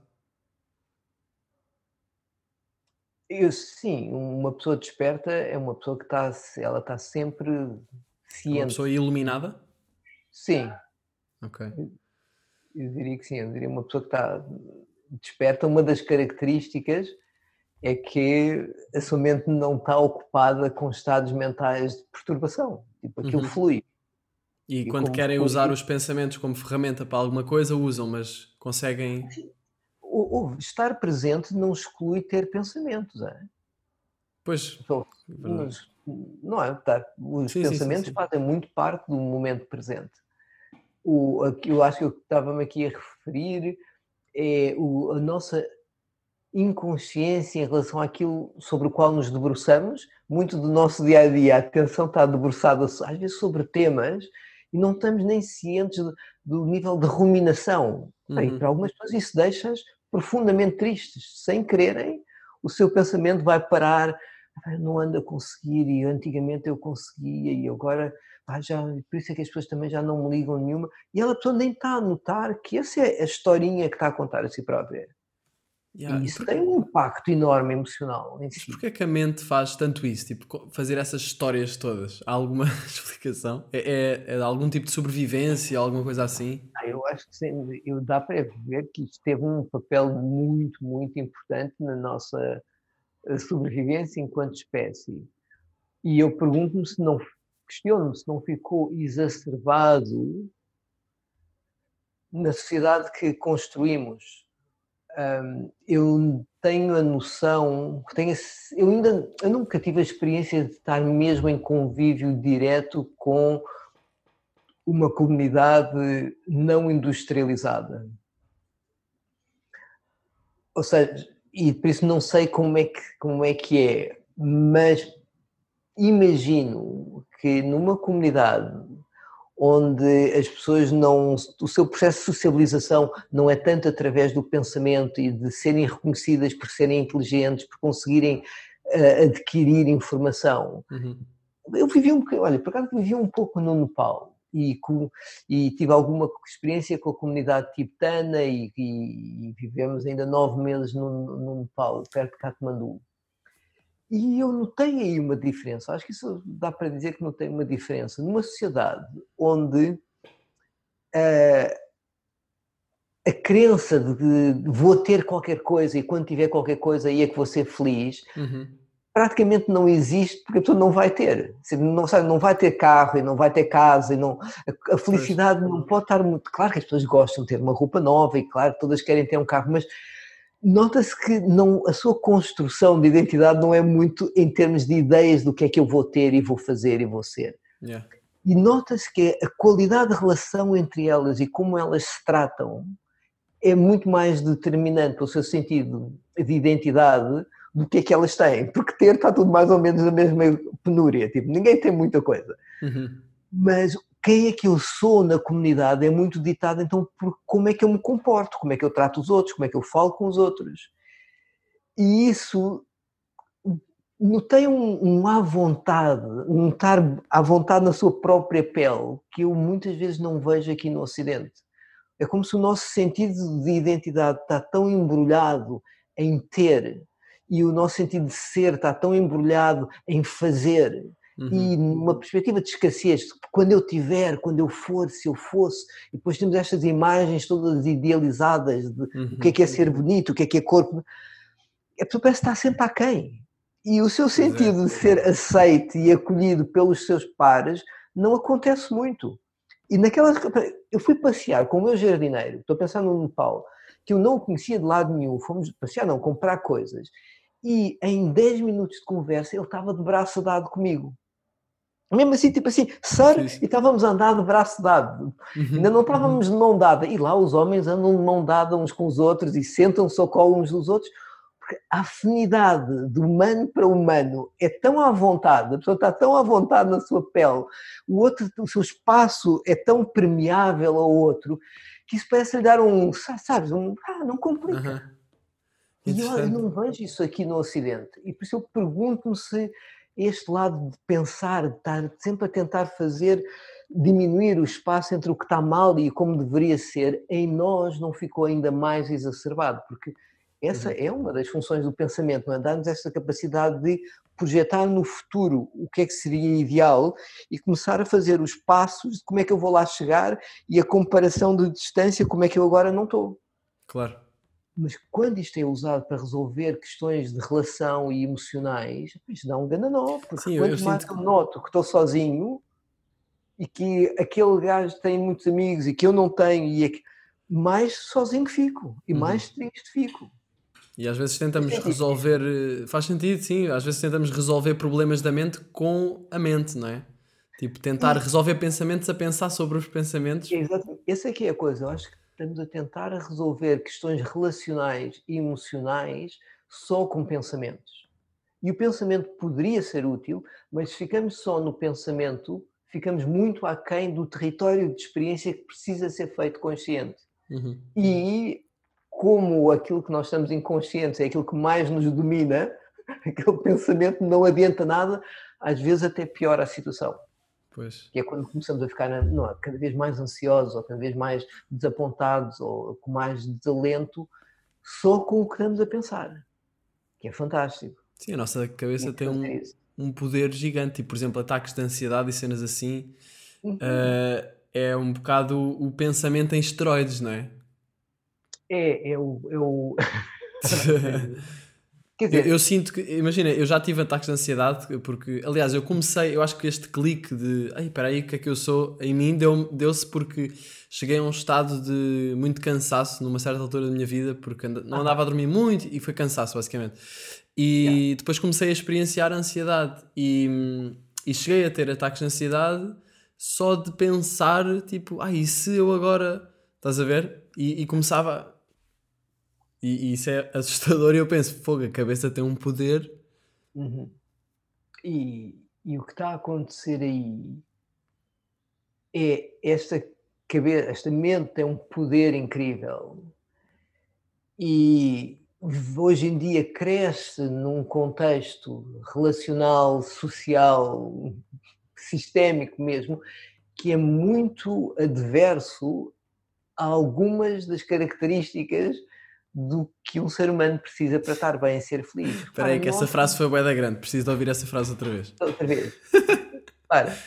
Sim, uma pessoa desperta é uma pessoa que ela está sempre É uma ciente. pessoa iluminada? Sim, Ok. eu diria que sim, eu diria uma pessoa que está desperta, uma das características é que a sua mente não está ocupada com estados mentais de perturbação, tipo, aquilo flui. E E quando como querem flui, usar os pensamentos como ferramenta para alguma coisa, usam, mas conseguem... estar presente não exclui ter pensamentos, é? Pois, Só- é verdade. mas não é? Os Sim, sim, sim, pensamentos sim. fazem muito parte do momento presente. Eu acho que o que estava-me aqui a referir é a nossa inconsciência em relação àquilo sobre o qual nos debruçamos. Muito do nosso dia a dia, a atenção está debruçada às vezes sobre temas e não estamos nem cientes do nível de ruminação. Bem, para algumas pessoas isso deixa-as profundamente tristes, sem quererem, o seu pensamento vai parar. Não ando a conseguir, e antigamente eu conseguia, e agora já, por isso é que as pessoas também já não me ligam nenhuma, e a pessoa nem está a notar que essa é a historinha que está a contar a si própria. Yeah. E isso tem um impacto enorme emocional em Mas si. porquê é que a mente faz tanto isso? Tipo, fazer essas histórias todas? Há alguma explicação? É algum tipo de sobrevivência, alguma coisa assim? Eu acho que sim, dá para ver que isto teve um papel muito, muito importante na nossa sobrevivência enquanto espécie. E eu pergunto-me se não, questiono-me se não ficou exacerbado na sociedade que construímos. Eu tenho a noção, eu nunca tive a experiência de estar mesmo em convívio direto com uma comunidade não industrializada. Ou seja, e por isso não sei como é que é, mas imagino que numa comunidade onde as pessoas o seu processo de socialização não é tanto através do pensamento e de serem reconhecidas por serem inteligentes, por conseguirem adquirir informação. Eu vivi olha, por acaso vivi um pouco no Nepal e tive alguma experiência com a comunidade tibetana e vivemos ainda 9 meses no Nepal, perto de Katmandu. E eu notei aí uma diferença, acho que isso dá para dizer que notei uma diferença. Numa sociedade onde a crença de vou ter qualquer coisa e quando tiver qualquer coisa aí é que vou ser feliz, praticamente não existe porque a pessoa não vai ter. Não vai ter carro e não vai ter casa. E não, a felicidade não pode estar muito... Claro que as pessoas gostam de ter uma roupa nova e claro que todas querem ter um carro, mas nota-se que a sua construção de identidade não é muito em termos de ideias do que é que eu vou ter e vou fazer e vou ser. Yeah. E nota-se que a qualidade de relação entre elas e como elas se tratam é muito mais determinante pelo seu sentido de identidade do que é que elas têm. Porque ter está tudo mais ou menos na mesma penúria. Tipo, ninguém tem muita coisa. Mas quem é que eu sou na comunidade é muito ditado então por como é que eu me comporto, como é que eu trato os outros, como é que eu falo com os outros. E isso notei um à vontade, um estar à vontade na sua própria pele, que eu muitas vezes não vejo aqui no Ocidente. É como se o nosso sentido de identidade está tão embrulhado em ter e o nosso sentido de ser está tão embrulhado em fazer. E numa perspectiva de escassez, quando eu tiver, quando eu for, se eu fosse, e depois temos estas imagens todas idealizadas de o que é ser bonito, o que é corpo, a pessoa parece estar sempre aquém. E o seu sentido de ser aceite e acolhido pelos seus pares não acontece muito. E eu fui passear com o meu jardineiro, estou a pensar no Nepal, que eu não o conhecia de lado nenhum, fomos passear, não, comprar coisas. E em 10 minutos de conversa ele estava de braço dado comigo. Mesmo assim, tipo assim, sir, e estávamos a andar de braço dado. Ainda não estávamos de mão dada. E lá os homens andam de mão dada uns com os outros e sentam-se ao colo uns dos outros, A afinidade de humano para humano é tão à vontade, a pessoa está tão à vontade na sua pele, o seu espaço é tão permeável ao outro, que isso parece lhe dar sabes, não complica. Aham. E eu Interessante. não vejo isso aqui no Ocidente. E por isso eu pergunto-me se este lado de pensar, de estar sempre a tentar diminuir o espaço entre o que está mal e como deveria ser, em nós não ficou ainda mais exacerbado, porque essa é uma das funções do pensamento, não é? Dar-nos esta capacidade de projetar no futuro o que é que seria ideal e começar a fazer os passos de como é que eu vou lá chegar e a comparação de distância, como é que eu agora não estou. Claro. Mas quando isto é usado para resolver questões de relação e emocionais, isto dá um gananó, porque Sim, eu quanto mais sinto eu que. noto que estou sozinho e que aquele gajo tem muitos amigos e que eu não tenho, mais sozinho fico e mais triste fico. E às vezes Faz tentamos sentido resolver. isto? Faz sentido, sim. Às vezes tentamos resolver problemas da mente com a mente, não é? Tipo, tentar E, resolver pensamentos a pensar sobre os pensamentos. exatamente, essa é que é a coisa. Eu acho que estamos a tentar resolver questões relacionais e emocionais só com pensamentos. E o pensamento poderia ser útil, mas se ficamos só no pensamento, ficamos muito aquém do território de experiência que precisa ser feito consciente. Uhum. E como aquilo que nós estamos inconscientes é aquilo que mais nos domina, aquele pensamento não adianta nada, às vezes até piora a situação. Pois. Que é quando começamos a ficar cada vez mais ansiosos, ou cada vez mais desapontados, ou com mais desalento, só com o que estamos a pensar. Que é fantástico. Sim, a nossa Tinha cabeça que tem fazer isso. um poder gigante. E, por exemplo, ataques de ansiedade e cenas assim. Uhum. É um bocado o pensamento em esteroides, não é? É. Quer Eu dizer, sinto que, imagina, eu já tive ataques de ansiedade, porque, aliás, eu acho que este clique de, ai, espera aí, o que é que eu sou, em mim deu-se porque cheguei a um estado de muito cansaço numa certa altura da minha vida, porque não andava a dormir muito e foi cansaço, basicamente. yeah. E depois comecei a experienciar a ansiedade e cheguei a ter ataques de ansiedade só de pensar, tipo, ai, e se eu agora, estás a ver? E começava. E isso é assustador e eu penso, fogo, a cabeça tem um poder. Uhum. E o que está a acontecer aí é esta mente tem um poder incrível e hoje em dia cresce num contexto relacional, social, sistémico mesmo, que é muito adverso a algumas das características do que um ser humano precisa para estar bem e ser feliz. Espera Repara, aí que essa nós, frase foi bué da grande, preciso de ouvir essa frase outra vez. outra vez, repara,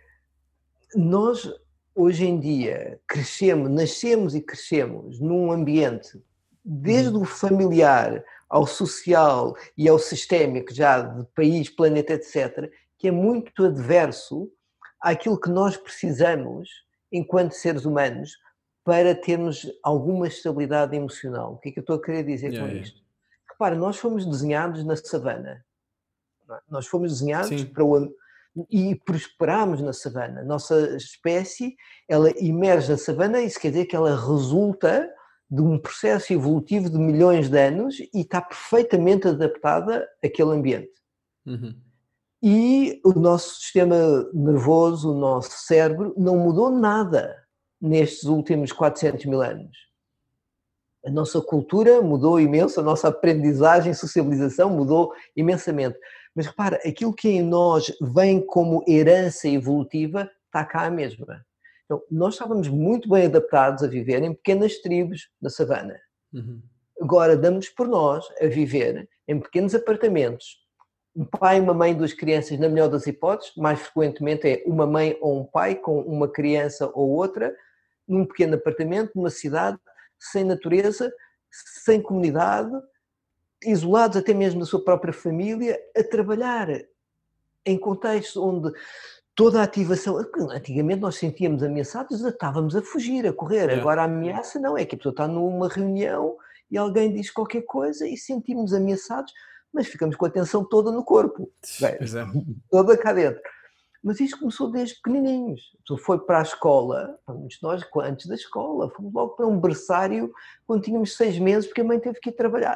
nós hoje em dia nascemos e crescemos num ambiente, desde o familiar ao social e ao sistémico, já de país, planeta, etc., que é muito adverso àquilo que nós precisamos enquanto seres humanos para termos alguma estabilidade emocional. O que é que eu estou a querer dizer Yeah, com yeah. isto? Repara, nós fomos desenhados na savana. Não é? Nós fomos desenhados Sim. e prosperamos na savana. A nossa espécie, ela emerge na savana, isso quer dizer que ela resulta de um processo evolutivo de milhões de anos e está perfeitamente adaptada àquele ambiente. Uhum. E o nosso sistema nervoso, o nosso cérebro, não mudou nada nestes últimos 400 mil anos. A nossa cultura mudou imenso, a nossa aprendizagem, socialização mudou imensamente. Mas repara, aquilo que em nós vem como herança evolutiva está cá a mesma. Então, nós estávamos muito bem adaptados a viver em pequenas tribos na savana. Uhum. Agora damos por nós a viver em pequenos apartamentos. Um pai e uma mãe, duas crianças, na melhor das hipóteses, mais frequentemente é uma mãe ou um pai com uma criança ou outra, num pequeno apartamento, numa cidade, sem natureza, sem comunidade, isolados até mesmo da sua própria família, a trabalhar em contextos onde toda a ativação... Antigamente nós sentíamos ameaçados, estávamos a fugir, a correr. Yeah. Agora a ameaça não é que a pessoa está numa reunião e alguém diz qualquer coisa e sentimos ameaçados, mas ficamos com a atenção toda no corpo, Pois é. toda cá dentro. Mas isto começou desde pequenininhos. A pessoa foi para a escola, muitos de nós, antes da escola, fomos logo para um berçário quando tínhamos 6 meses, porque a mãe teve que ir trabalhar.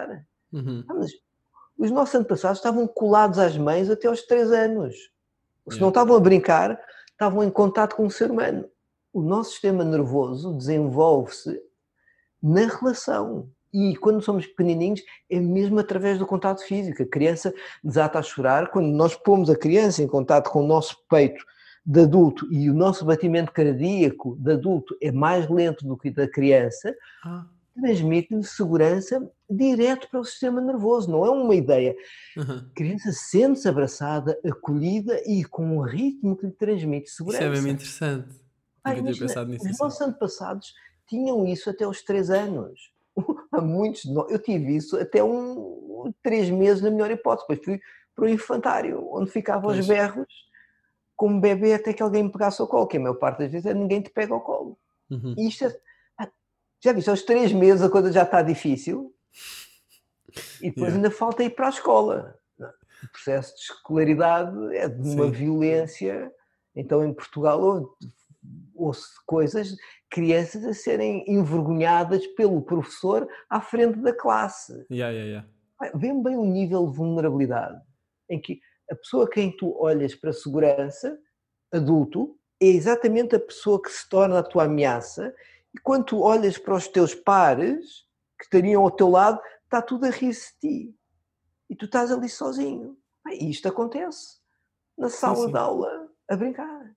Mas os nossos antepassados estavam colados às mães até aos 3 anos. Se não Yeah. estavam a brincar, estavam em contato com o ser humano. O nosso sistema nervoso desenvolve-se na relação. E quando somos pequenininhos, é mesmo através do contato físico. A criança desata a chorar. Quando nós pomos a criança em contato com o nosso peito de adulto e o nosso batimento cardíaco de adulto é mais lento do que da criança, transmite-lhe segurança direto para o sistema nervoso. Não é uma ideia. A criança sente-se abraçada, acolhida e com um ritmo que lhe transmite segurança. Isso é mesmo interessante. Nunca tinha pensado nisso Os assim. nossos antepassados tinham isso até aos 3 anos. Há muitos de nós, eu tive isso até 3 meses, na melhor hipótese. Depois fui para o infantário, onde ficava aos berros, como bebê, até que alguém me pegasse ao colo, que a maior parte das vezes é ninguém te pega ao colo. E isto já viste, aos 3 meses a coisa já está difícil e depois ainda falta ir para a escola. O processo de escolaridade é de uma violência. Então, em Portugal, ouço coisas, crianças a serem envergonhadas pelo professor à frente da classe. Vê-me bem o nível de vulnerabilidade em que a pessoa a quem tu olhas para segurança, adulto, é exatamente a pessoa que se torna a tua ameaça, e quando tu olhas para os teus pares que estariam ao teu lado, está tudo a rir-se de ti. E tu estás ali sozinho. E isto acontece na sala de aula, a brincar.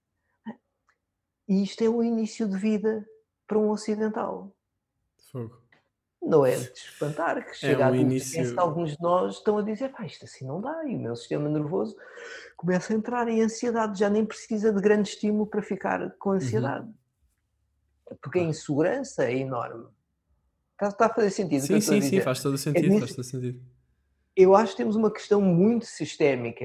E isto é o início de vida para um ocidental. Fogo. Não é de espantar que chega a início... alguns de nós estão a dizer isto assim não dá, e o meu sistema nervoso começa a entrar em ansiedade, já nem precisa de grande estímulo para ficar com ansiedade. Porque a insegurança é enorme. Está a fazer sentido? Sim, faz todo o sentido, faz todo o sentido. Eu acho que temos uma questão muito sistémica,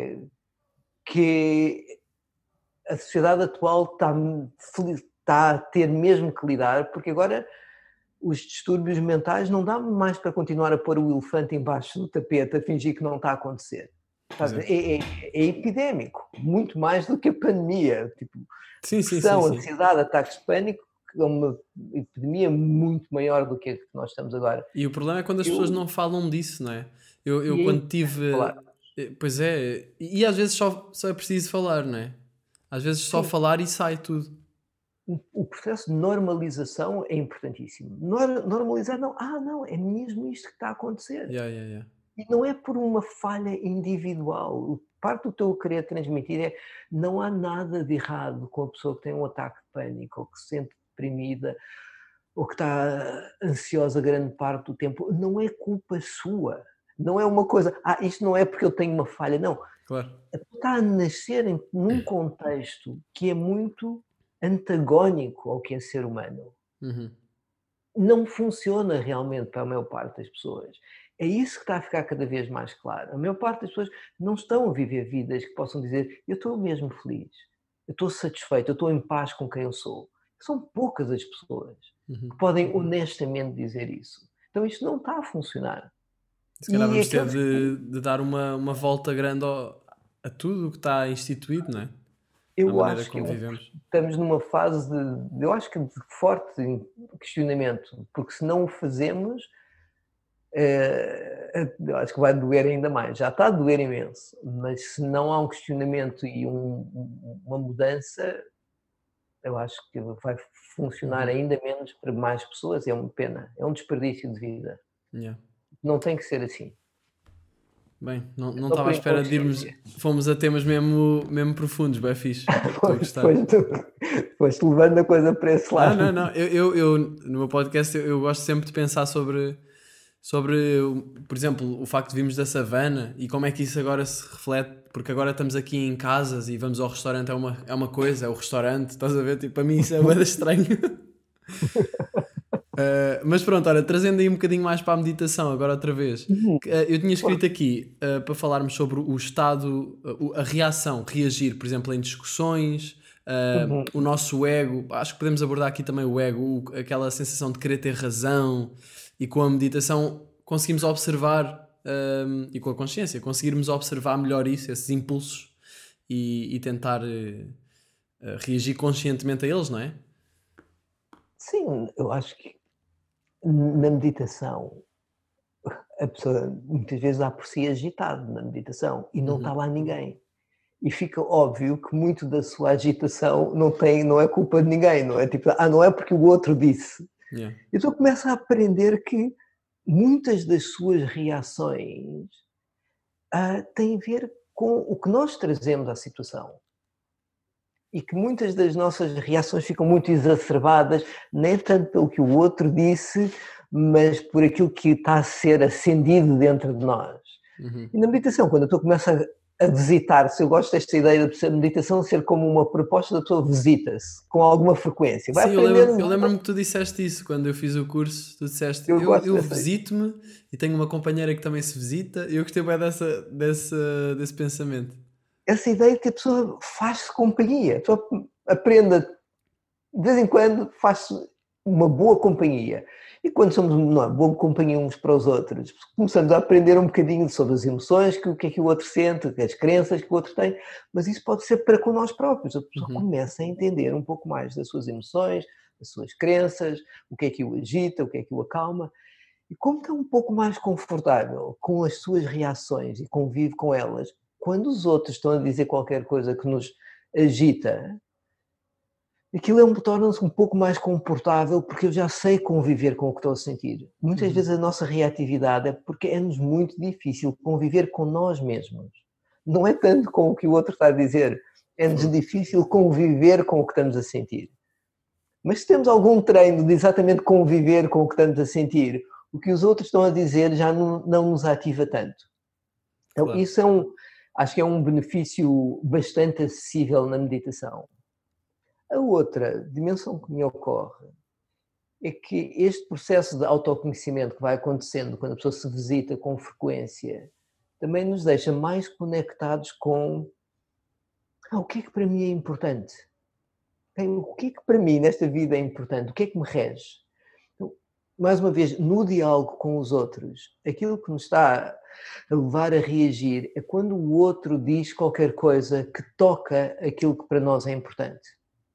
que a sociedade atual está a ter mesmo que lidar, porque agora os distúrbios mentais não dá mais para continuar a pôr o elefante embaixo do tapete a fingir que não está a acontecer. É epidémico, muito mais do que a pandemia. Tipo, depressão, ansiedade, ataques de pânico, é uma epidemia muito maior do que a que nós estamos agora. E o problema é quando as pessoas não falam disso, não é? Eu quando tive... Pois é, e às vezes só é preciso falar, não é? Às vezes só falar e sai tudo. O processo de normalização é importantíssimo. Normalizar, não, é mesmo isto que está a acontecer. E não é por uma falha individual. Parte do teu querer transmitir é não há nada de errado com a pessoa que tem um ataque de pânico, ou que se sente deprimida, ou que está ansiosa grande parte do tempo. Não é culpa sua. Não é uma coisa, isto não é porque eu tenho uma falha. Não. Claro. Está a nascer num contexto que é muito antagónico ao que é ser humano. Não funciona realmente para a maior parte das pessoas. É isso que está a ficar cada vez mais claro. A maior parte das pessoas não estão a viver vidas que possam dizer eu estou mesmo feliz, eu estou satisfeito, eu estou em paz com quem eu sou. São poucas as pessoas que podem honestamente dizer isso. Então isto não está a funcionar. Se calhar vamos ter de dar uma volta grande a tudo o que está instituído, não é? Eu acho que estamos numa fase de forte questionamento, porque se não o fazemos, eu acho que vai doer ainda mais. Já está a doer imenso, mas se não há um questionamento e uma mudança, eu acho que vai funcionar ainda menos para mais pessoas. É uma pena, é um desperdício de vida. Não tem que ser assim. Bem, não estava à espera de irmos. Fomos a temas mesmo profundos, bem fixe. Foste levando a coisa para esse lado. Não. Eu no meu podcast eu gosto sempre de pensar sobre, por exemplo, o facto de virmos da savana e como é que isso agora se reflete, porque agora estamos aqui em casas e vamos ao restaurante, é uma coisa, é o restaurante, estás a ver? Tipo, para mim isso é bem estranho. Mas pronto, olha, trazendo aí um bocadinho mais para a meditação agora outra vez, eu tinha escrito aqui para falarmos sobre o estado, a reagir, por exemplo, em discussões, o nosso ego. Acho que podemos abordar aqui também o ego, aquela sensação de querer ter razão, e com a meditação conseguimos observar, e com a consciência conseguirmos observar melhor isso, esses impulsos, e tentar reagir conscientemente a eles, não é? Sim, eu acho que na meditação a pessoa muitas vezes dá por si agitado na meditação e não está lá ninguém. E fica óbvio que muito da sua agitação não é culpa de ninguém, não é tipo, não é porque o outro disse. Yeah. Então começa a aprender que muitas das suas reações têm a ver com o que nós trazemos à situação. E que muitas das nossas reações ficam muito exacerbadas, nem tanto pelo que o outro disse, mas por aquilo que está a ser acendido dentro de nós. E na meditação, quando a pessoa começa a visitar, se eu gosto desta ideia da meditação ser como uma proposta da pessoa visita-se com alguma frequência. Sim, eu lembro-me que tu disseste isso quando eu fiz o curso. Tu disseste, eu visito-me e tenho uma companheira que também se visita. E eu gostei bem desse pensamento. Essa ideia de que a pessoa faz-se companhia, a pessoa aprenda, de vez em quando faz-se uma boa companhia. E quando somos uma boa companhia uns para os outros, começamos a aprender um bocadinho sobre as emoções, o que é que o outro sente, as crenças que o outro tem, mas isso pode ser para com nós próprios. A pessoa começa a entender um pouco mais das suas emoções, das suas crenças, o que é que o agita, o que é que o acalma. E como está um pouco mais confortável com as suas reações e convive com elas, quando os outros estão a dizer qualquer coisa que nos agita, aquilo torna-se um pouco mais confortável porque eu já sei conviver com o que estou a sentir. Muitas vezes a nossa reatividade é porque é-nos muito difícil conviver com nós mesmos. Não é tanto com o que o outro está a dizer, é-nos difícil conviver com o que estamos a sentir. Mas se temos algum treino de exatamente conviver com o que estamos a sentir, o que os outros estão a dizer já não nos ativa tanto. Então, Claro. isso acho que é um benefício bastante acessível na meditação. A outra dimensão que me ocorre é que este processo de autoconhecimento que vai acontecendo quando a pessoa se visita com frequência também nos deixa mais conectados com o que é que para mim é importante? O que é que para mim nesta vida é importante? O que é que me rege? Então, mais uma vez, no diálogo com os outros, aquilo que nos está a levar a reagir é quando o outro diz qualquer coisa que toca aquilo que para nós é importante.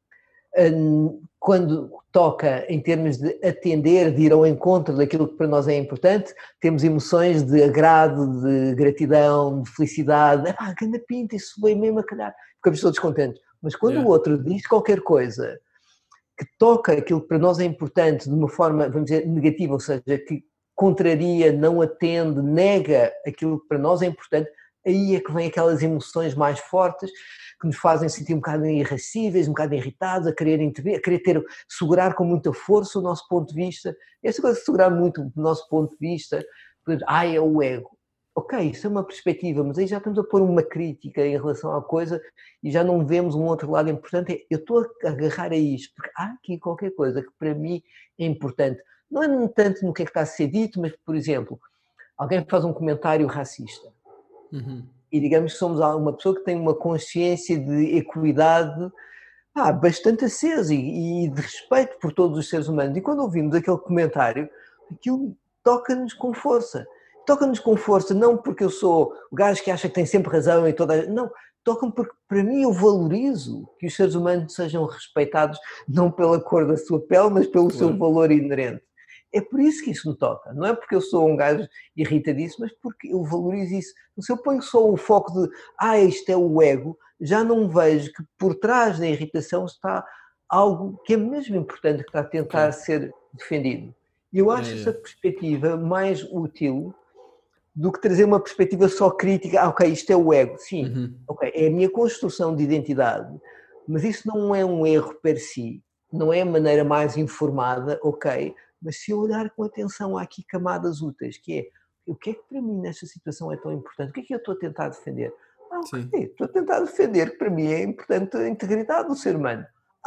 Quando toca em termos de atender, de ir ao encontro daquilo que para nós é importante, temos emoções de agrado, de gratidão, de felicidade. Ganda pinta, isso veio mesmo a calhar. Ficamos todos contentes. Mas quando o outro diz qualquer coisa que toca aquilo que para nós é importante de uma forma, vamos dizer, negativa, ou seja, que contraria, não atende, nega aquilo que para nós é importante, aí é que vem aquelas emoções mais fortes que nos fazem sentir um bocado irascíveis, um bocado irritados, a querer segurar com muita força o nosso ponto de vista. Esta coisa de segurar muito o nosso ponto de vista, é o ego. Ok, isso é uma perspectiva, mas aí já estamos a pôr uma crítica em relação à coisa e já não vemos um outro lado importante. Eu estou a agarrar a isto, porque há aqui qualquer coisa que para mim é importante. Não é tanto no que é que está a ser dito, mas, por exemplo, alguém faz um comentário racista. E digamos que somos uma pessoa que tem uma consciência de equidade bastante acesa e de respeito por todos os seres humanos. E quando ouvimos aquele comentário, aquilo toca-nos com força. Toca-nos com força não porque eu sou o gajo que acha que tem sempre razão e não, toca-me porque para mim eu valorizo que os seres humanos sejam respeitados não pela cor da sua pele, mas pelo seu valor inerente. É por isso que isso me toca, não é porque eu sou um gajo irritadíssimo, mas porque eu valorizo isso. Se eu ponho só o foco de, isto é o ego, já não vejo que por trás da irritação está algo que é mesmo importante, que está a tentar ser defendido. E eu acho essa perspectiva mais útil do que trazer uma perspectiva só crítica. Isto é o ego. Sim, é a minha construção de identidade, mas isso não é um erro per si, não é a maneira mais informada, mas se eu olhar com atenção, há aqui camadas úteis, que é, o que é que para mim nesta situação é tão importante? O que é que eu estou a tentar defender? Estou a tentar defender que para mim é importante a integridade do ser humano.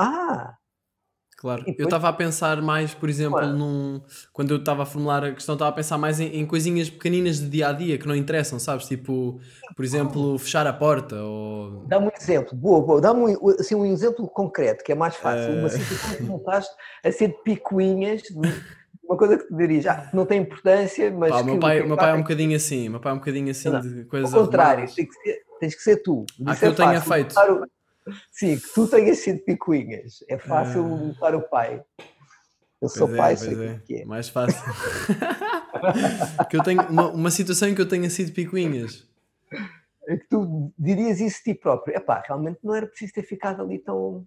Claro, E depois, eu estava a pensar mais, por exemplo, quando eu estava a formular a questão, estava a pensar mais em coisinhas pequeninas de dia-a-dia que não interessam, sabes? Tipo, por exemplo, fechar a porta ou... Dá-me um exemplo, boa, dá-me um exemplo concreto, que é mais fácil. Uma situação que não estás a ser de picuinhas, uma coisa que te dirias, que não tem importância, mas o meu pai é um bocadinho assim, de coisas ao contrário, arrumadas. tens que ser tu. Que eu tenha feito. Sim, que tu tenhas sido picuinhas. É fácil notar o pai. Eu sou Pois pai, é, sei pois o é. que é. Mais fácil. Que eu tenho uma situação em que eu tenha sido picuinhas. É que tu dirias isso de ti próprio. Epá, realmente não era preciso ter ficado ali tão...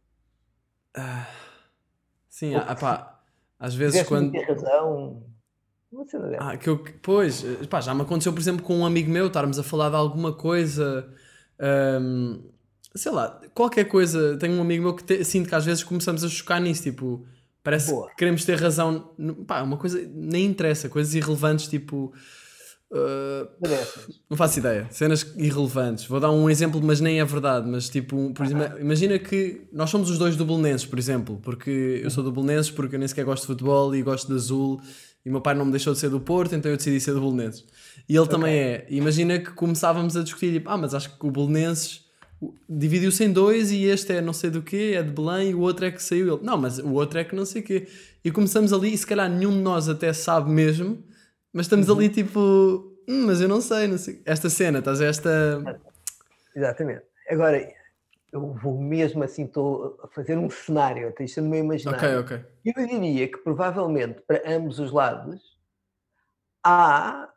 Sim, Ou que se às vezes tivesse muito quando. ter razão. Uma cena dessa. Pois, pá, já me aconteceu, por exemplo, com um amigo meu, estarmos a falar de alguma coisa, hum, sei lá, qualquer coisa. Tenho um amigo meu que sinto que às vezes começamos a chocar nisso, tipo, parece Boa. que queremos ter razão, pá, uma coisa nem interessa, coisas irrelevantes, tipo, Uma dessas. não faço ideia, cenas irrelevantes. Vou dar um exemplo, mas nem é verdade, mas tipo, por exemplo, imagina que nós somos os dois do Belenenses, por exemplo, porque eu sou do Belenenses, porque eu nem sequer gosto de futebol e gosto de azul. E o meu pai não me deixou de ser do Porto, então eu decidi ser do Belenenses. E ele também é. Imagina que começávamos a discutir, tipo, mas acho que o Belenenses dividiu-se em dois e este é não sei do quê, é de Belém e o outro é que saiu. Ele, não, mas o outro é que não sei o quê. E começamos ali e se calhar nenhum de nós até sabe mesmo, mas estamos ali tipo, mas eu não sei, não sei. Esta cena, estás a esta... Exatamente. Agora, eu vou mesmo assim, estou a fazer um cenário, até isto é no meu Ok, imaginário. ok. Eu diria que provavelmente para ambos os lados há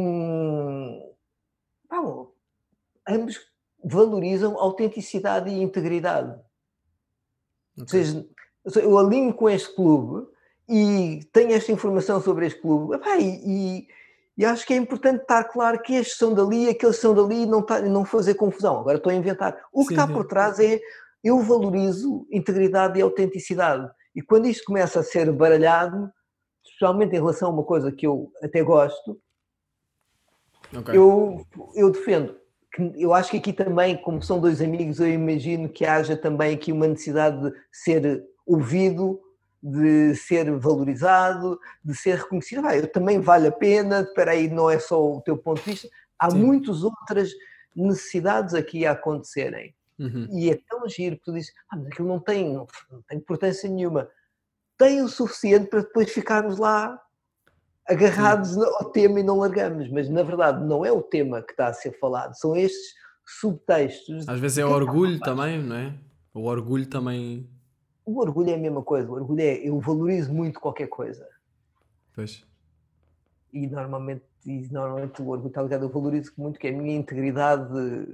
Bom, ambos valorizam autenticidade e integridade. Ou seja, eu alinho com este clube e tenho esta informação sobre este clube. Epá, e acho que é importante estar claro que estes são dali, aqueles são dali e não fazer confusão. Agora estou a inventar. O que Sim, está sim. por trás é eu valorizo integridade e autenticidade. E quando isto começa a ser baralhado, especialmente em relação a uma coisa que eu até gosto, Ok. eu defendo. Eu acho que aqui também, como são dois amigos, eu imagino que haja também aqui uma necessidade de ser ouvido, de ser valorizado, de ser reconhecido. Eu também vale a pena, espera aí, não é só o teu ponto de vista. Há Sim. muitas outras necessidades aqui a acontecerem. Uhum. E é tão giro que tu dizes, mas aquilo não tem importância nenhuma. Tem o suficiente para depois ficarmos lá agarrados ao tema e não largamos, mas na verdade não é o tema que está a ser falado, são estes subtextos. Às vezes O é que é que está por orgulho baixo? também, não é? O orgulho também... O orgulho é a mesma coisa, o orgulho é eu valorizo muito qualquer coisa Pois. e normalmente o orgulho está ligado, eu valorizo muito que é a minha integridade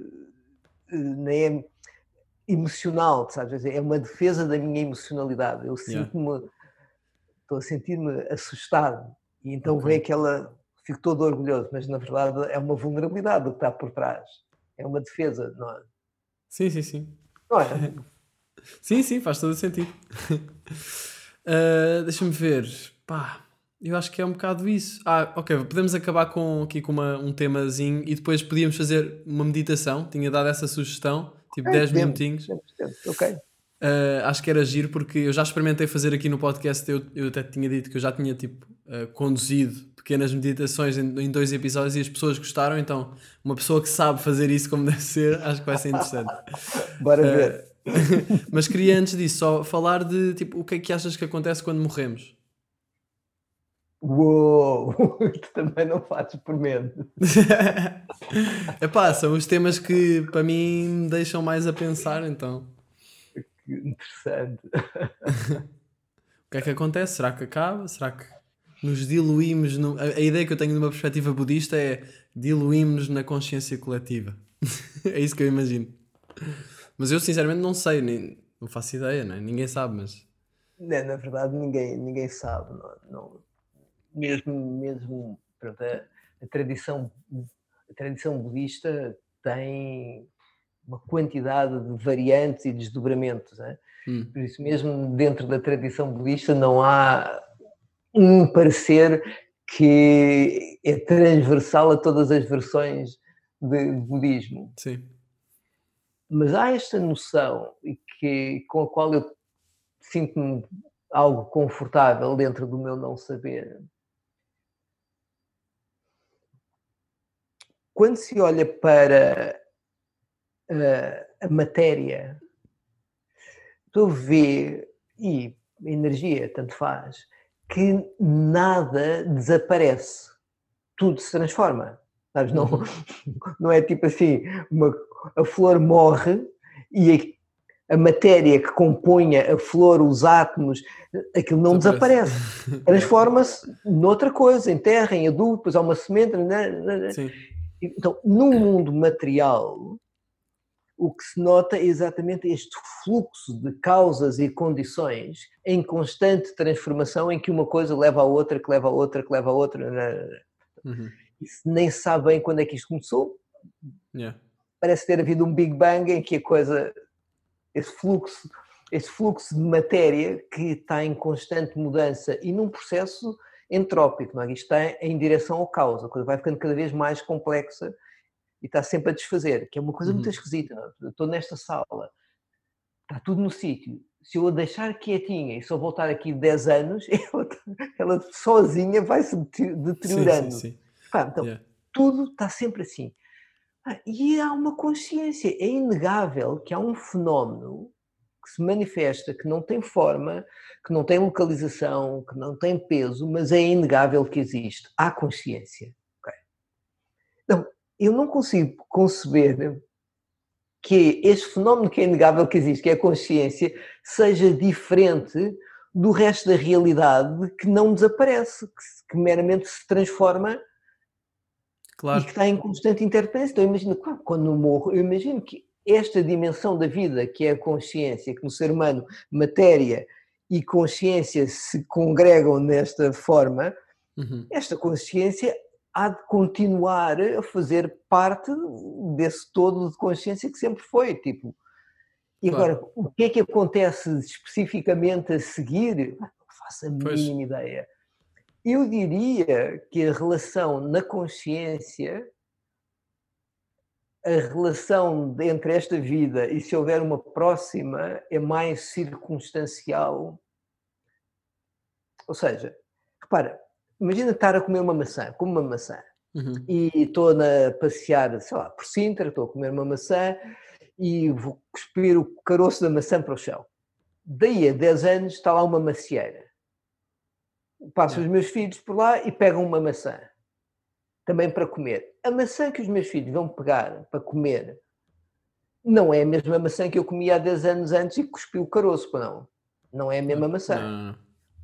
nem é emocional, sabes? É uma defesa da minha emocionalidade, eu Yeah. estou a sentir-me assustado e então Ok. vem aquela, fico todo orgulhoso, mas na verdade é uma vulnerabilidade o que está por trás, é uma defesa, não é? Sim, sim, sim. Não é? Sim, sim, faz todo o sentido. Deixa-me ver. Pá, eu acho que é um bocado isso. Ok, podemos acabar aqui com um temazinho e depois podíamos fazer uma meditação. Tinha dado essa sugestão, tipo 10 minutinhos. Podemos, ok. Acho que era giro porque eu já experimentei fazer aqui no podcast. Eu até tinha dito que eu já tinha tipo, conduzido pequenas meditações em 2 episódios e as pessoas gostaram. Então, uma pessoa que sabe fazer isso como deve ser, acho que vai ser interessante. Bora ver. Mas queria antes disso só falar de tipo, o que é que achas que acontece quando morremos? Uou! Tu também não fazes por menos. Epá, são os temas que para mim me deixam mais a pensar, então. Que interessante. O que é que acontece? Será que acaba? Será que nos diluímos? A ideia que eu tenho de uma perspectiva budista é diluímos na consciência coletiva. É isso que eu imagino. Mas eu sinceramente não sei, não faço ideia, né? Ninguém sabe, mas... Não, na verdade, ninguém sabe. Mesmo pronto, a tradição budista tem uma quantidade de variantes e desdobramentos. Né? Por isso mesmo, dentro da tradição budista, não há um parecer que é transversal a todas as versões de budismo. Sim. Mas há esta noção com a qual eu sinto-me algo confortável dentro do meu não saber. Quando se olha para a matéria, tu vê, e a energia, tanto faz, que nada desaparece, tudo se transforma. Sabes? Não é tipo assim, a flor morre e a matéria que compunha a flor, os átomos, aquilo não desaparece. Transforma-se noutra coisa, em terra, em adubo, depois há uma semente. Sim. Então, no mundo material, o que se nota é exatamente este fluxo de causas e condições em constante transformação, em que uma coisa leva a outra, que leva a outra, que leva a outra. E se nem se sabe bem quando é que isto começou. Yeah. Parece ter havido um Big Bang em que a coisa, esse fluxo de matéria que está em constante mudança e num processo entrópico, não é? Isto está em direção ao caos, a coisa vai ficando cada vez mais complexa e está sempre a desfazer, que é uma coisa muito esquisita. Não é? Eu estou nesta sala, está tudo no sítio. Se eu a deixar quietinha e só voltar aqui 10 anos, ela sozinha vai se deteriorando. Sim. Então, tudo está sempre assim. E há uma consciência. É inegável que há um fenómeno que se manifesta, que não tem forma, que não tem localização, que não tem peso, mas é inegável que existe. Há consciência. Okay? Então, eu não consigo conceber que este fenómeno que é inegável que existe, que é a consciência, seja diferente do resto da realidade que não desaparece, que meramente se transforma. Claro. E que está em constante interdependência. Então, imagino, quando eu morro, eu imagino que esta dimensão da vida, que é a consciência, que no ser humano matéria e consciência se congregam nesta forma, esta consciência há de continuar a fazer parte desse todo de consciência que sempre foi. Tipo. E agora, o que é que acontece especificamente a seguir? Não faço a mínima ideia. Eu diria que a relação na consciência, a relação entre esta vida e se houver uma próxima é mais circunstancial. Ou seja, repara, imagina estar a comer uma maçã, como uma maçã, e estou a passear, sei lá, por Sintra, estou a comer uma maçã e vou cuspir o caroço da maçã para o chão. Daí a 10 anos está lá uma macieira. Passo os meus filhos por lá e pegam uma maçã, também para comer. A maçã que os meus filhos vão pegar para comer não é a mesma maçã que eu comia há 10 anos antes e cuspi o caroço, não. Não é a mesma maçã.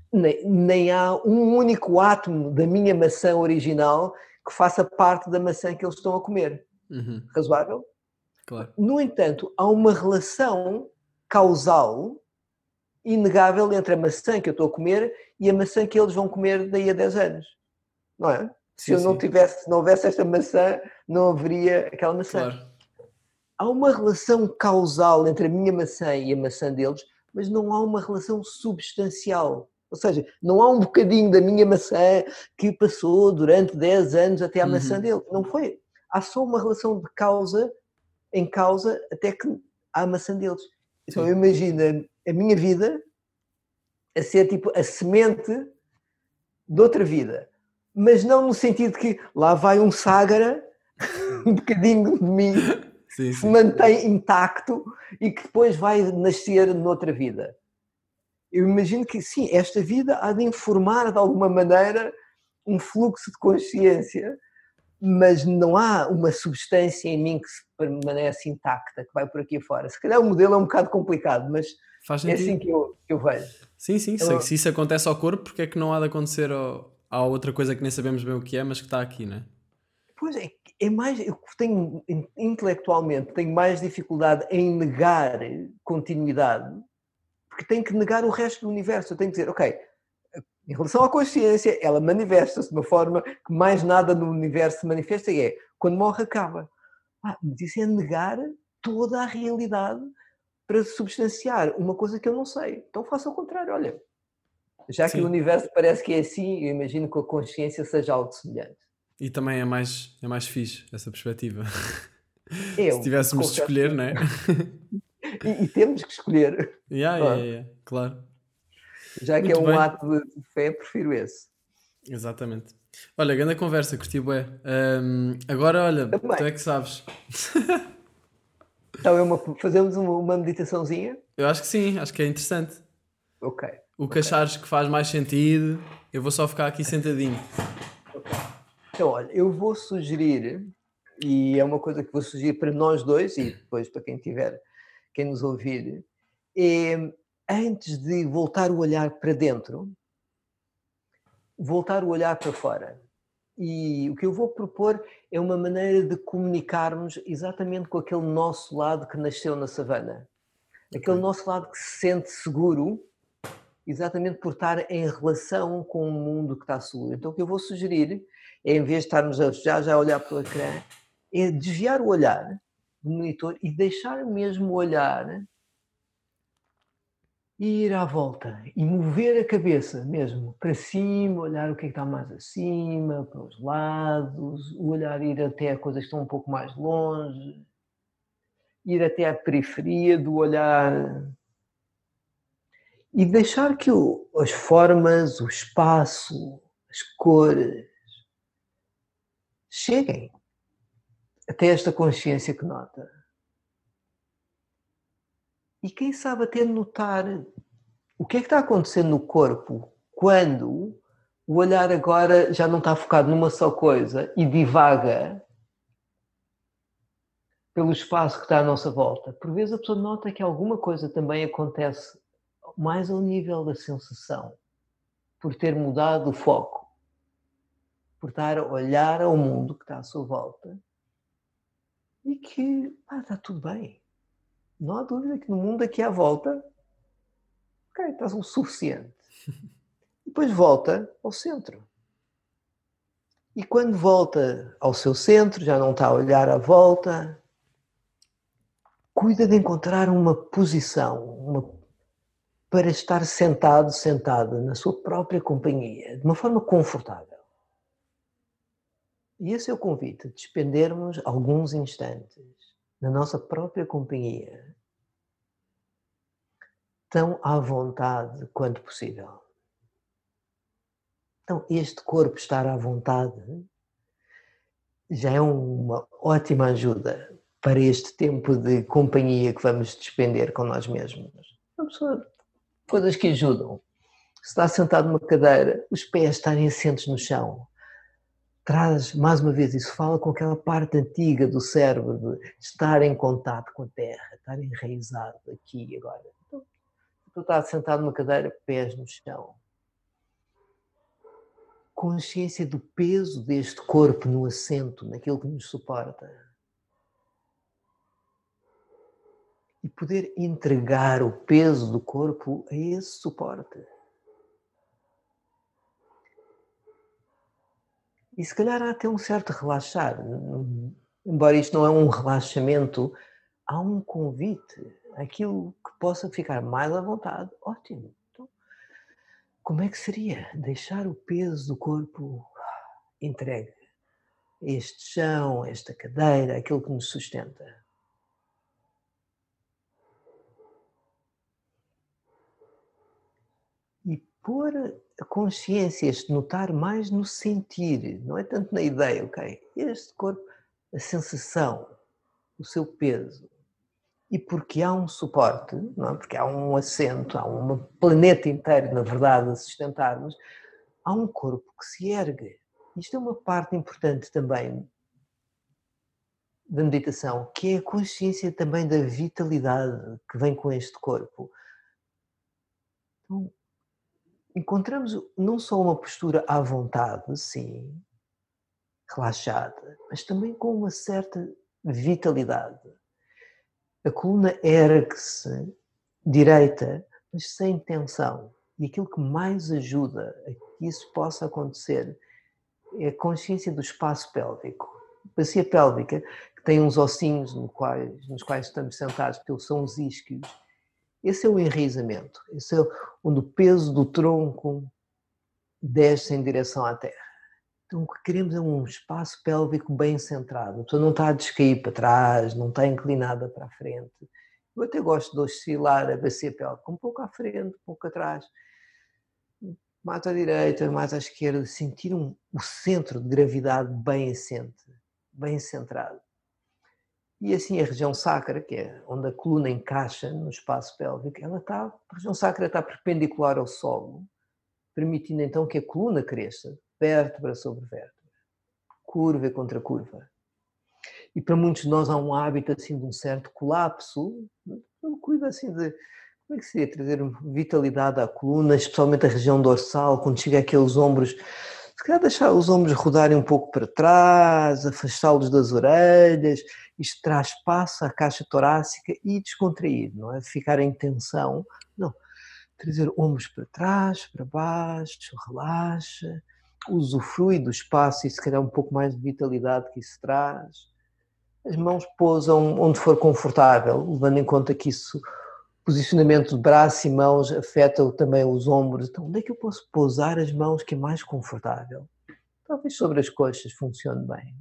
Nem há um único átomo da minha maçã original que faça parte da maçã que eles estão a comer. Razoável? Claro. No entanto, há uma relação causal inegável entre a maçã que eu estou a comer e a maçã que eles vão comer daí a 10 anos. Não é? Se eu não houvesse esta maçã, não haveria aquela maçã. Claro. Há uma relação causal entre a minha maçã e a maçã deles, mas não há uma relação substancial. Ou seja, não há um bocadinho da minha maçã que passou durante 10 anos até à maçã deles. Não foi. Há só uma relação de causa em causa até que há a maçã deles. Então eu imagino a minha vida a ser tipo a semente de outra vida. Mas não no sentido que lá vai um ságara, um bocadinho de mim, se mantém intacto e que depois vai nascer noutra vida. Eu imagino que, sim, esta vida há de informar de alguma maneira um fluxo de consciência, mas não há uma substância em mim que se permanece intacta, que vai por aqui fora. Se calhar o modelo é um bocado complicado, mas é assim que eu vejo. Sim, se isso acontece ao corpo, porque é que não há de acontecer a outra coisa que nem sabemos bem o que é, mas que está aqui, não é? Pois é mais, eu tenho, intelectualmente, tenho mais dificuldade em negar continuidade, porque tenho que negar o resto do universo. Eu tenho que dizer, ok, em relação à consciência, ela manifesta-se de uma forma que mais nada no universo se manifesta, e é, quando morre acaba. Mas isso é negar toda a realidade para substanciar uma coisa que eu não sei. Então faço ao contrário, olha. Já que o universo parece que é assim, eu imagino que a consciência seja algo semelhante. E também é mais fixe essa perspectiva. Se tivéssemos de escolher, não é? E temos que escolher. Claro. Já que muito é um bem. ato de fé, prefiro esse. Exatamente. Olha, grande conversa, curti bué. Agora, olha, Também. tu é que sabes. Então, fazemos uma meditaçãozinha? Eu acho que sim, acho que é interessante. Ok. O que achares que faz mais sentido, eu vou só ficar aqui sentadinho. Ok. Então, olha, eu vou sugerir, e é uma coisa que vou sugerir para nós dois, e depois para quem nos ouvir, é, antes de voltar o olhar para dentro, voltar o olhar para fora. E o que eu vou propor é uma maneira de comunicarmos exatamente com aquele nosso lado que nasceu na savana. Aquele Ok. nosso lado que se sente seguro, exatamente por estar em relação com o mundo que está seguro. Então o que eu vou sugerir é, em vez de estarmos já a olhar para o ecrã, é desviar o olhar do monitor e deixar mesmo o olhar ir à volta e mover a cabeça mesmo para cima, olhar o que é que está mais acima, para os lados, o olhar ir até a coisas que estão um pouco mais longe, ir até à periferia do olhar e deixar que as formas, o espaço, as cores cheguem até esta consciência que nota. E quem sabe até notar o que é que está acontecendo no corpo quando o olhar agora já não está focado numa só coisa e divaga pelo espaço que está à nossa volta. Por vezes a pessoa nota que alguma coisa também acontece mais ao nível da sensação, por ter mudado o foco, por estar a olhar ao mundo que está à sua volta e que está tudo bem. Não há dúvida que no mundo aqui à volta, ok, está o suficiente. Depois volta ao centro. E quando volta ao seu centro, já não está a olhar à volta, cuida de encontrar uma posição para estar sentado, sentada na sua própria companhia, de uma forma confortável. E esse é o convite, de despendermos alguns instantes na nossa própria companhia, tão à vontade quanto possível. Então, este corpo estar à vontade já é uma ótima ajuda para este tempo de companhia que vamos despender com nós mesmos. Coisas que ajudam. Se está sentado numa cadeira, os pés estarem assentos no chão. Traz, mais uma vez, isso fala com aquela parte antiga do cérebro de estar em contato com a terra, estar enraizado aqui e agora. Então, tu estás sentado numa cadeira, pés no chão. Consciência do peso deste corpo no assento, naquilo que nos suporta. E poder entregar o peso do corpo a esse suporte. E se calhar há até um certo relaxar. Embora isto não é um relaxamento, há um convite. Aquilo que possa ficar mais à vontade, ótimo. Então, como é que seria deixar o peso do corpo entregue? Este chão, esta cadeira, aquilo que nos sustenta. E pôr a consciência, este notar mais no sentir, não é tanto na ideia, ok? Este corpo, a sensação, o seu peso. E porque há um suporte, não é? Porque há um assento, há um planeta inteiro, na verdade, a sustentar-nos, há um corpo que se ergue. Isto é uma parte importante também da meditação, que é a consciência também da vitalidade que vem com este corpo. Então, encontramos não só uma postura à vontade, sim, relaxada, mas também com uma certa vitalidade. A coluna ergue-se direita, mas sem tensão. E aquilo que mais ajuda a que isso possa acontecer é a consciência do espaço pélvico. A bacia pélvica, que tem uns ossinhos nos quais estamos sentados, que são os isquios, esse é o enraizamento. Esse é onde o peso do tronco desce em direção à terra. Então o que queremos é um espaço pélvico bem centrado. A pessoa não está a descair para trás, não está inclinada para a frente. Eu até gosto de oscilar a bacia pélvica um pouco à frente, um pouco atrás, mais à direita, mais à esquerda, sentir o centro de gravidade bem assente, bem centrado. E assim a região sacra, que é onde a coluna encaixa no espaço pélvico, a região sacra está perpendicular ao solo, permitindo então que a coluna cresça, vértebra sobre vértebra, curva contra curva. E para muitos de nós há um hábito assim de um certo colapso, cuida assim de Como é que seria trazer vitalidade à coluna, especialmente a região dorsal, quando chega àqueles ombros? Se calhar deixar os ombros rodarem um pouco para trás, afastá-los das orelhas, isto traz espaço à caixa torácica e descontrair, não é? Ficar em tensão. Não, trazer ombros para trás, para baixo, relaxa, usufrui do espaço e se calhar um pouco mais de vitalidade que isso traz. As mãos pousam onde for confortável, levando em conta que isso, posicionamento de braço e mãos afeta também os ombros. Então, onde é que eu posso pousar as mãos que é mais confortável? Talvez sobre as coxas funcione bem.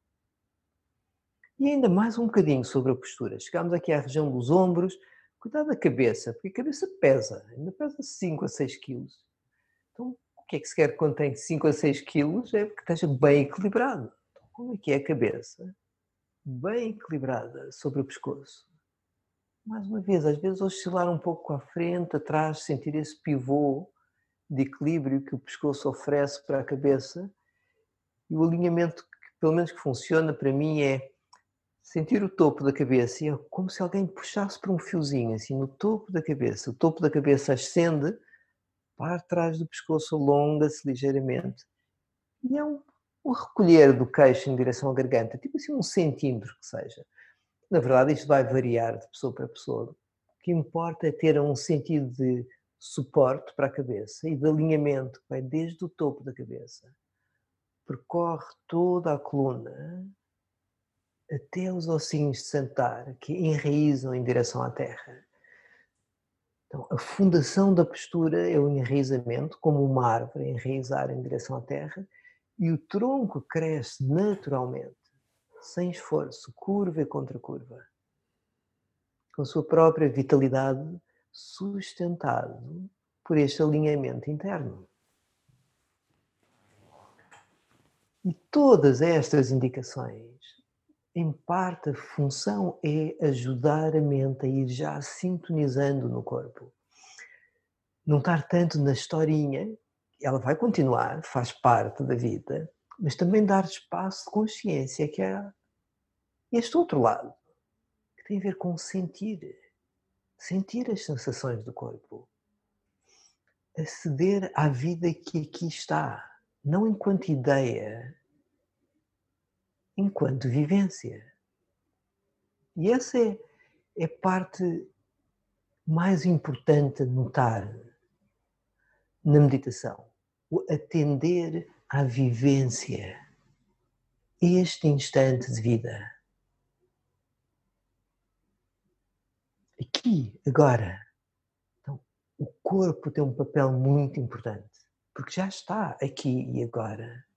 E ainda mais um bocadinho sobre a postura. Chegamos aqui à região dos ombros, cuidado da cabeça, porque a cabeça pesa, ainda pesa 5 a 6 quilos. Então, o que é que se quer quando tem 5 a 6 quilos? É que esteja bem equilibrado. Então, como é que é a cabeça? Bem equilibrada sobre o pescoço. Mais uma vez, às vezes oscilar um pouco à frente, atrás, sentir esse pivô de equilíbrio que o pescoço oferece para a cabeça. E o alinhamento, que, pelo menos que funciona para mim, é sentir o topo da cabeça e é como se alguém puxasse por um fiozinho, assim, no topo da cabeça. O topo da cabeça ascende, para trás do pescoço, alonga-se ligeiramente. E é um recolher do queixo em direção à garganta, tipo assim 1 centímetro que seja. Na verdade, isto vai variar de pessoa para pessoa. O que importa é ter um sentido de suporte para a cabeça e de alinhamento que vai desde o topo da cabeça, percorre toda a coluna até os ossinhos de sentar, que enraizam em direção à terra. Então, a fundação da postura é o enraizamento, como uma árvore enraizar em direção à terra, e o tronco cresce naturalmente, sem esforço, curva e contra curva, com a sua própria vitalidade, sustentado por este alinhamento interno. E todas estas indicações, em parte, a função é ajudar a mente a ir já sintonizando no corpo. Não estar tanto na historinha, ela vai continuar, faz parte da vida, mas também dar espaço de consciência, que é este outro lado, que tem a ver com sentir as sensações do corpo, aceder à vida que aqui está, não enquanto ideia, enquanto vivência. E essa é a parte mais importante a notar na meditação, o atender à vivência, este instante de vida. Aqui, agora. Então, o corpo tem um papel muito importante, porque já está aqui e agora.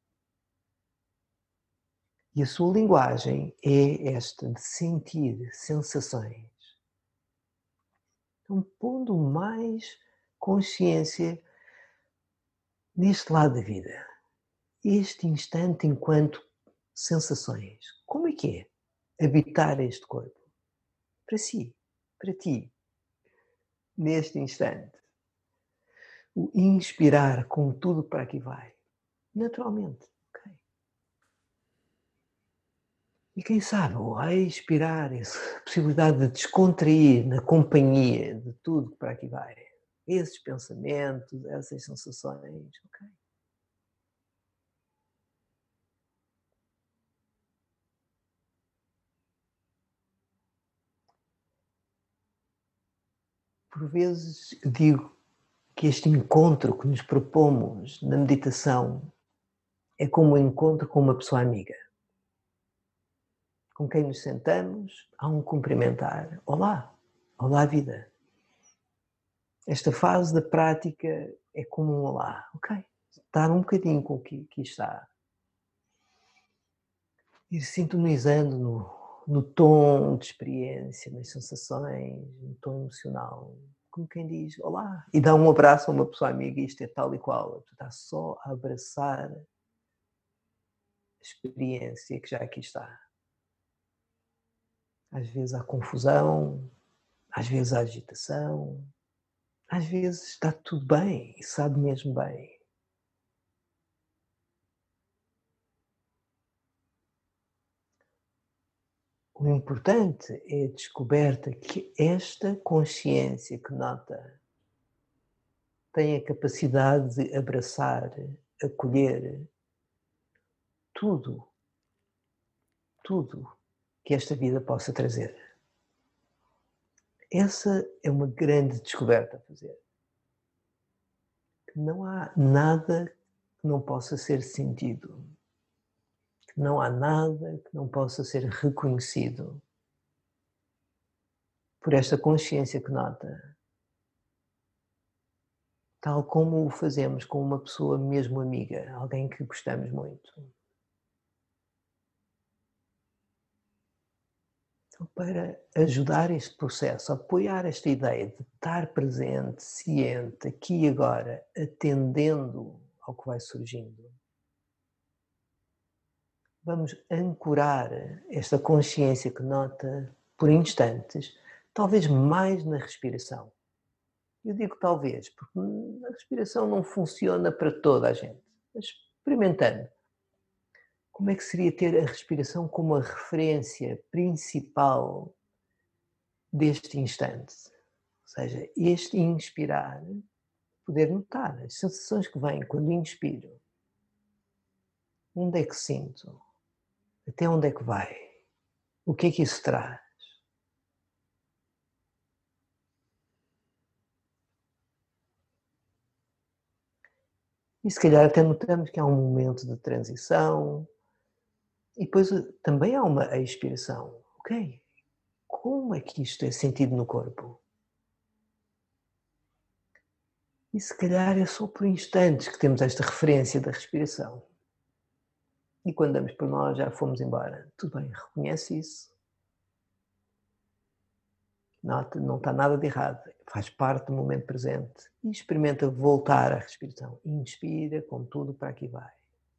E a sua linguagem é esta de sentir sensações. Então, pondo mais consciência neste lado da vida. Este instante enquanto sensações. Como é que é habitar este corpo? Para si, para ti, neste instante. O inspirar com tudo para aqui vai. Naturalmente. Okay. E quem sabe, o expirar, essa possibilidade de descontrair na companhia de tudo que para aqui vai. Esses pensamentos, essas sensações. Okay. Por vezes digo que este encontro que nos propomos na meditação é como um encontro com uma pessoa amiga, com quem nos sentamos, há um cumprimentar. Olá, olá vida. Esta fase da prática é como um olá, ok? Estar um bocadinho com o que está. Ir sintonizando no tom de experiência, nas sensações, no tom emocional. Como quem diz, olá, e dá um abraço a uma pessoa amiga e isto é tal e qual. Tu estás só a abraçar a experiência que já aqui está. Às vezes há confusão, às vezes há agitação, às vezes está tudo bem e sabe mesmo bem. O importante é a descoberta que esta consciência que nota tem a capacidade de abraçar, acolher tudo, tudo que esta vida possa trazer. Essa é uma grande descoberta a fazer. Não há nada que não possa ser sentido. Não há nada que não possa ser reconhecido por esta consciência que nota, tal como o fazemos com uma pessoa mesmo amiga, alguém que gostamos muito. Então, para ajudar este processo, apoiar esta ideia de estar presente, ciente, aqui e agora, atendendo ao que vai surgindo, vamos ancorar esta consciência que nota por instantes, talvez mais na respiração. Eu digo talvez, porque a respiração não funciona para toda a gente. Mas experimentando, como é que seria ter a respiração como a referência principal deste instante? Ou seja, este inspirar, poder notar as sensações que vêm quando inspiro. Onde é que sinto? Até onde é que vai? O que é que isso traz? E se calhar até notamos que há um momento de transição e depois também há uma expiração. Ok, como é que isto é sentido no corpo? E se calhar é só por instantes que temos esta referência da respiração. E quando damos por nós já fomos embora. Tudo bem, reconhece isso. Nota, não está nada de errado. Faz parte do momento presente. E experimenta voltar à respiração. Inspira com tudo para aqui vai.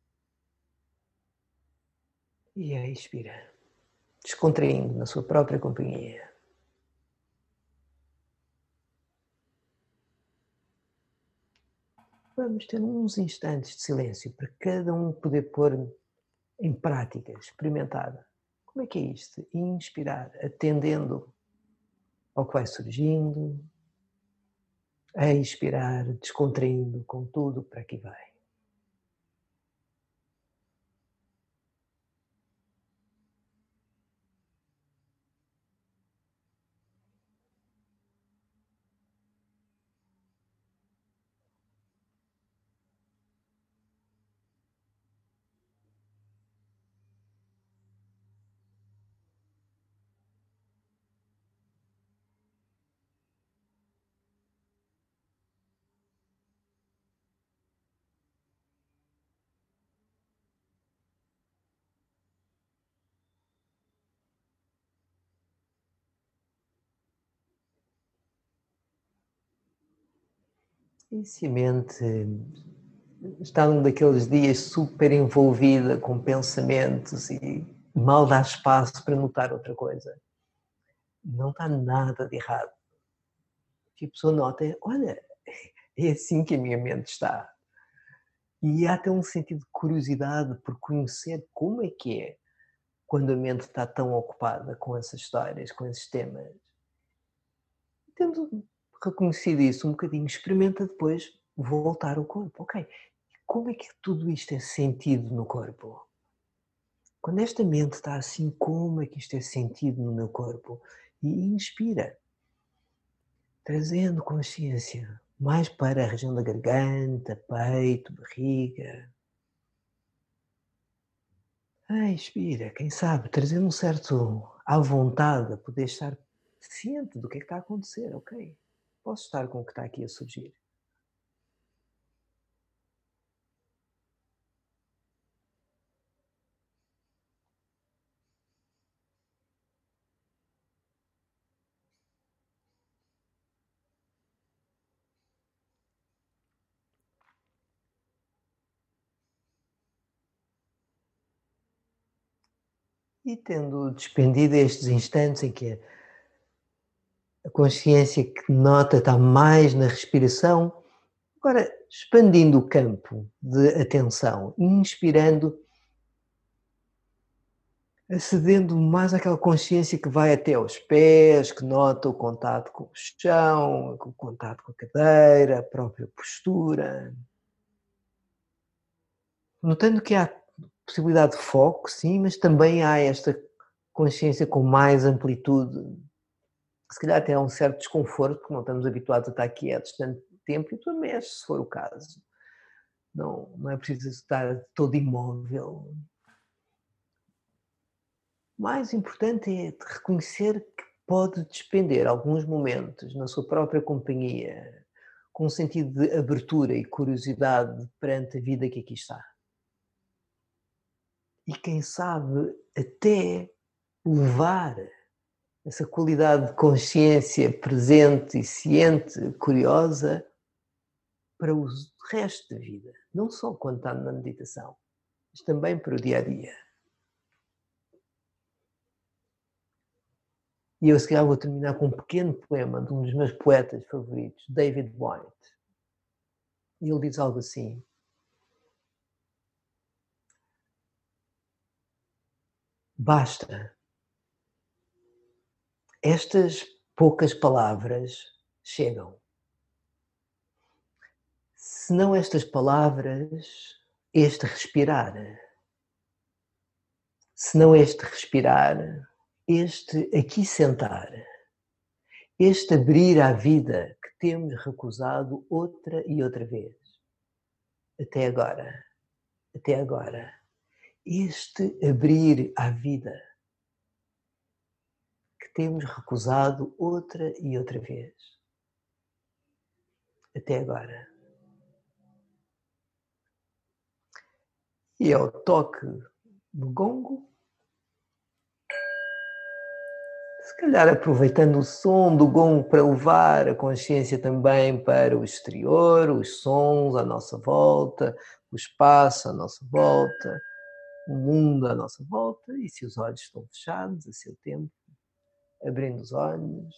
E expira. Descontraindo na sua própria companhia. Vamos ter uns instantes de silêncio para cada um poder pôr em prática, experimentada. Como é que é isto? Inspirar, atendendo ao que vai surgindo, a expirar, descontraindo com tudo para aqui vai. E se a mente está num daqueles dias super envolvida com pensamentos e mal dá espaço para notar outra coisa, não está nada de errado. Que a pessoa nota, olha, é assim que a minha mente está. E há até um sentido de curiosidade por conhecer como é quando a mente está tão ocupada com essas histórias, com esses temas. Tendo reconhecido isso um bocadinho, experimenta depois voltar ao corpo. Ok, como é que tudo isto é sentido no corpo? Quando esta mente está assim, como é que isto é sentido no meu corpo? E inspira, trazendo consciência mais para a região da garganta, peito, barriga. Expira, quem sabe, trazendo um certo à vontade, a poder estar ciente do que é que está a acontecer, ok? Posso estar com o que está aqui a surgir. E tendo despendido estes instantes em que a consciência que nota está mais na respiração, agora expandindo o campo de atenção, inspirando, acedendo mais àquela consciência que vai até aos pés, que nota o contato com o chão, o contato com a cadeira, a própria postura. Notando que há possibilidade de foco, sim, mas também há esta consciência com mais amplitude. Se calhar até há um certo desconforto, porque não estamos habituados a estar quietos tanto tempo, e tu mexes, se for o caso. Não é preciso estar todo imóvel. O mais importante é reconhecer que pode despender alguns momentos na sua própria companhia, com um sentido de abertura e curiosidade perante a vida que aqui está. E quem sabe até levar essa qualidade de consciência presente e ciente, curiosa, para o resto da vida. Não só quando está na meditação, mas também para o dia-a-dia. E eu, se calhar, vou terminar com um pequeno poema de um dos meus poetas favoritos, David Whyte. E ele diz algo assim: basta. Estas poucas palavras chegam. Se não estas palavras, este respirar. Se não este respirar, este aqui sentar. Este abrir à vida que temos recusado outra e outra vez. Até agora. Até agora. Este abrir à vida que temos recusado outra e outra vez. Até agora. E ao toque do gongo, se calhar aproveitando o som do gongo para levar a consciência também para o exterior, os sons à nossa volta, o espaço à nossa volta, o mundo à nossa volta, e se os olhos estão fechados a seu tempo, abrindo os olhos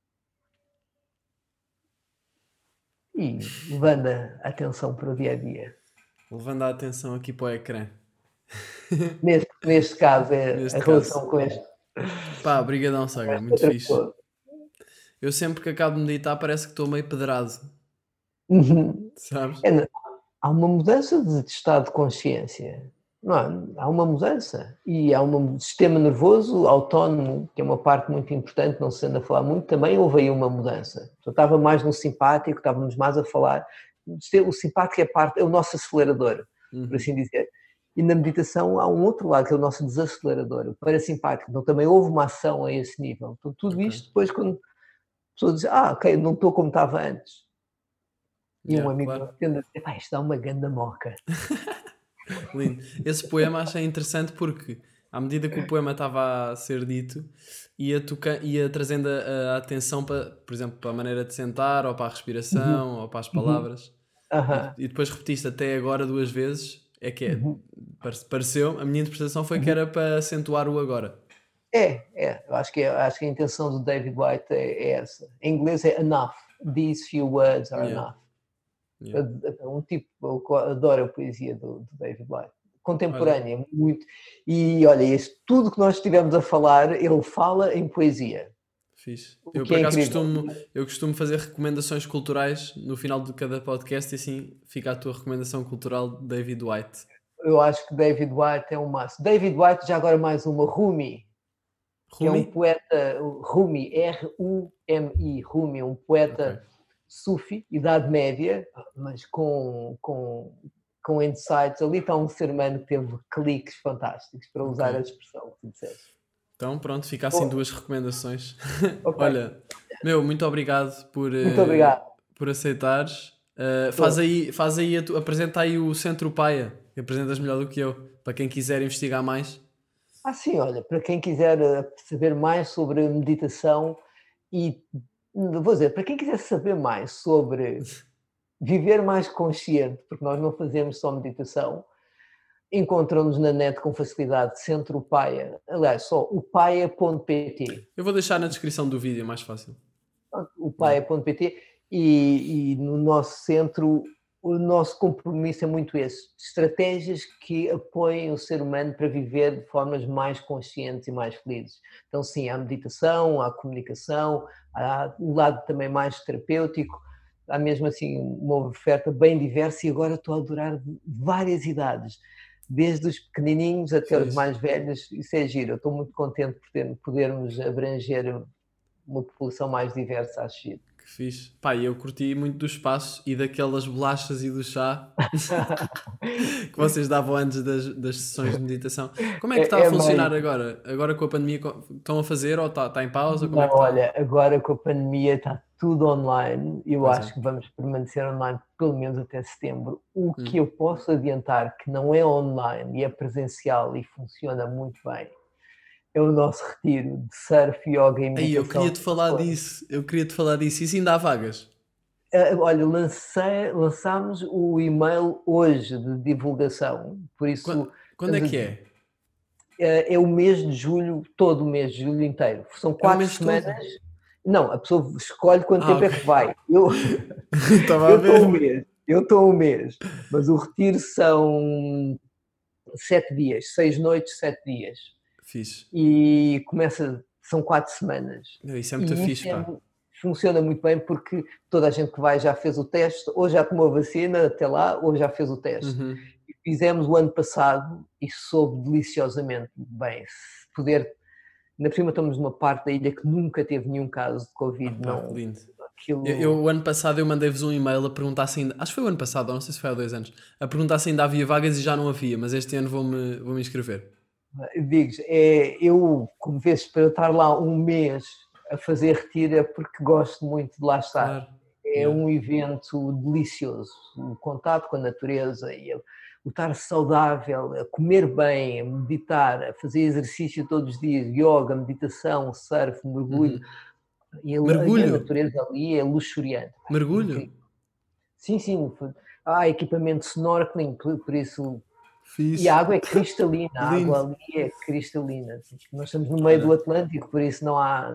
e levando a atenção para o dia-a-dia. Levando a atenção aqui para o ecrã. Neste caso é Neste a relação caso. com este. Pá, brigadão, Saga, muito outra fixe. pessoa. Eu sempre que acabo de meditar parece que estou meio pedrado, sabes? Há uma mudança de estado de consciência. Não há uma mudança. E há um sistema nervoso autónomo, que é uma parte muito importante, não se anda a falar muito, também houve aí uma mudança. Eu estava mais no simpático, estávamos mais a falar. O simpático é o nosso acelerador, por assim dizer. E na meditação há um outro lado, que é o nosso desacelerador, o parasimpático. Então também houve uma ação a esse nível. Então tudo isto depois quando a pessoa diz, ok, não estou como estava antes. E um amigo claro. tende a dizer, isto dá uma ganda moca. Lindo. Esse poema achei interessante porque, à medida que o poema estava a ser dito, ia trazendo a atenção para, por exemplo, para a maneira de sentar, ou para a respiração, ou para as palavras. E depois repetiste até agora 2 vezes. Pareceu, a minha interpretação foi que era para acentuar o agora. Eu acho que a intenção do David Whyte é essa. Em inglês é enough. These few words are enough. Um tipo, eu adoro a poesia do David Whyte. Contemporânea, muito. E olha, tudo que nós estivemos a falar, ele fala em poesia. Fixe. Eu por acaso costumo fazer recomendações culturais no final de cada podcast e assim fica a tua recomendação cultural de David Whyte. Eu acho que David Whyte é um máximo. David Whyte, já agora mais uma, Rumi. Que é um poeta, Rumi, R-U-M-I, Rumi, um poeta sufi, Idade Média, mas com insights. Ali está um ser humano que teve cliques fantásticos, para usar a expressão que tu disseste. Então pronto, fica assim 2 recomendações. Olha, muito obrigado por aceitares. Faz aí apresenta aí o Centro Paia, que apresentas melhor do que eu, para quem quiser investigar mais. Sim, olha, para quem quiser saber mais sobre meditação e, vou dizer, para quem quiser saber mais sobre viver mais consciente, porque nós não fazemos só meditação, encontram-nos na net com facilidade, Centro Paia, aliás, só o paia.pt. Eu vou deixar na descrição do vídeo, mais fácil. O paia.pt e no nosso centro o nosso compromisso é muito esse, estratégias que apoiem o ser humano para viver de formas mais conscientes e mais felizes. Então sim, há meditação, há comunicação, há um lado também mais terapêutico, há mesmo assim uma oferta bem diversa e agora estou a adorar várias idades, desde os pequenininhos até os Fixe. mais velhos, isso é giro, eu estou muito contente por podermos abranger uma população mais diversa, acho giro. Que fixe. Pá, e eu curti muito dos passos e daquelas bolachas e do chá que vocês davam antes das sessões de meditação. Como é que está a É funcionar meio. agora? Agora com a pandemia, estão a fazer ou está em pausa? Como é Não, que está? olha, agora com a pandemia está tudo online e eu Pois é. acho que vamos permanecer online pelo menos até setembro. O que Hum. eu posso adiantar que não é online e é presencial e funciona muito bem é o nosso retiro de surf, yoga e Aí, eu meditação. queria-te falar disso. Eu queria-te falar disso. Isso ainda há vagas? Olha, lançámos o e-mail hoje de divulgação, por isso Quando é estamos que é? é o mês de julho, todo o mês de julho inteiro. São É o 4 mês todo? semanas. Não, a pessoa escolhe quanto tempo é ok. que vai. Eu Estava a eu estou um ver. mês, eu estou um mês, mas o retiro são 7 dias, 6 noites, 7 dias. Fixe. E são 4 semanas. Meu, isso é muito E fixe, pá. funciona muito bem porque toda a gente que vai já fez o teste, ou já tomou a vacina até lá, ou já fez o teste. Uhum. Fizemos o ano passado e soube deliciosamente bem. Se puder, ainda por cima estamos numa parte da ilha que nunca teve nenhum caso de Covid. Pá, Não, que lindo. aquilo... O ano passado eu mandei-vos um e-mail a perguntar se ainda. Acho que foi o ano passado, ou não sei se foi há 2 anos. A perguntar se ainda havia vagas e já não havia, mas este ano vou-me inscrever. Digo, eu, como vês, para eu estar lá um mês a fazer retiro é porque gosto muito de lá estar. Claro. É Yeah. um evento delicioso, o contato com a natureza e o estar saudável, a comer bem, a meditar, a fazer exercício todos os dias, yoga, meditação, surf, mergulho. Uhum. E a Mergulho? natureza ali é luxuriante. Mergulho? Incrível. Sim. Há equipamento de snorkeling, por isso... Fixe. E a água é cristalina, a Lindo. água ali é cristalina. Nós estamos no meio do Atlântico, por isso não há...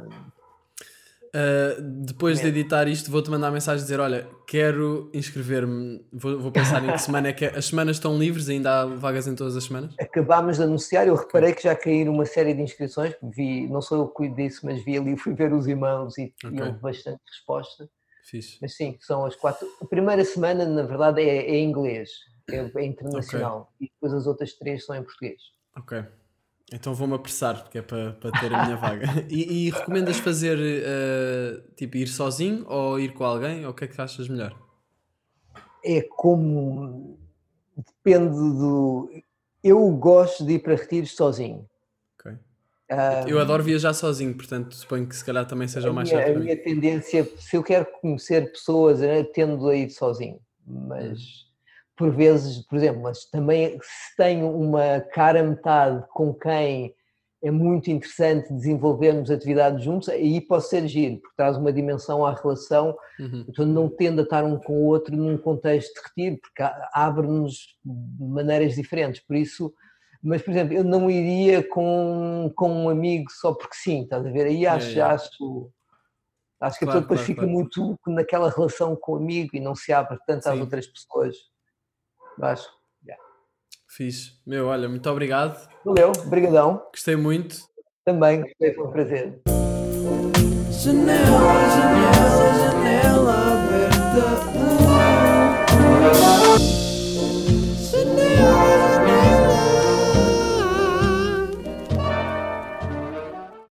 Depois de editar isto, vou-te mandar mensagem dizer: olha, quero inscrever-me. Vou pensar em que semana é que é. As semanas estão livres, ainda há vagas em todas as semanas? Acabámos de anunciar, eu reparei que já caíram uma série de inscrições, vi, não sou eu que cuido disso, mas vi ali, fui ver os e-mails e houve bastante resposta. Fixe. Mas sim, são as 4. A primeira semana, na verdade, é em inglês, é internacional, e depois as outras 3 são em português. Ok. Então vou-me apressar, porque é para ter a minha vaga. E recomendas fazer, tipo, ir sozinho ou ir com alguém? Ou o que é que achas melhor? É como... Depende do... Eu gosto de ir para retiros sozinho. Ok. Eu adoro viajar sozinho, portanto suponho que se calhar também seja o mais certo A para mim. minha tendência, se eu quero conhecer pessoas, tendo a ir sozinho, mas por vezes, por exemplo, mas também se tenho uma cara metade com quem é muito interessante desenvolvermos atividades juntos, aí pode ser giro, porque traz uma dimensão à relação, então não tende a estar um com o outro num contexto de retiro, porque abre-nos de maneiras diferentes, por isso... Mas, por exemplo, eu não iria com um amigo só porque sim, estás a ver? Aí acho que a pessoa depois fica muito naquela relação com o amigo e não se abre tanto às outras pessoas. Acho. Fixe. Meu, olha, muito obrigado. Valeu, brigadão. Gostei muito. Também, foi um prazer. Janela, janela, janela aberta.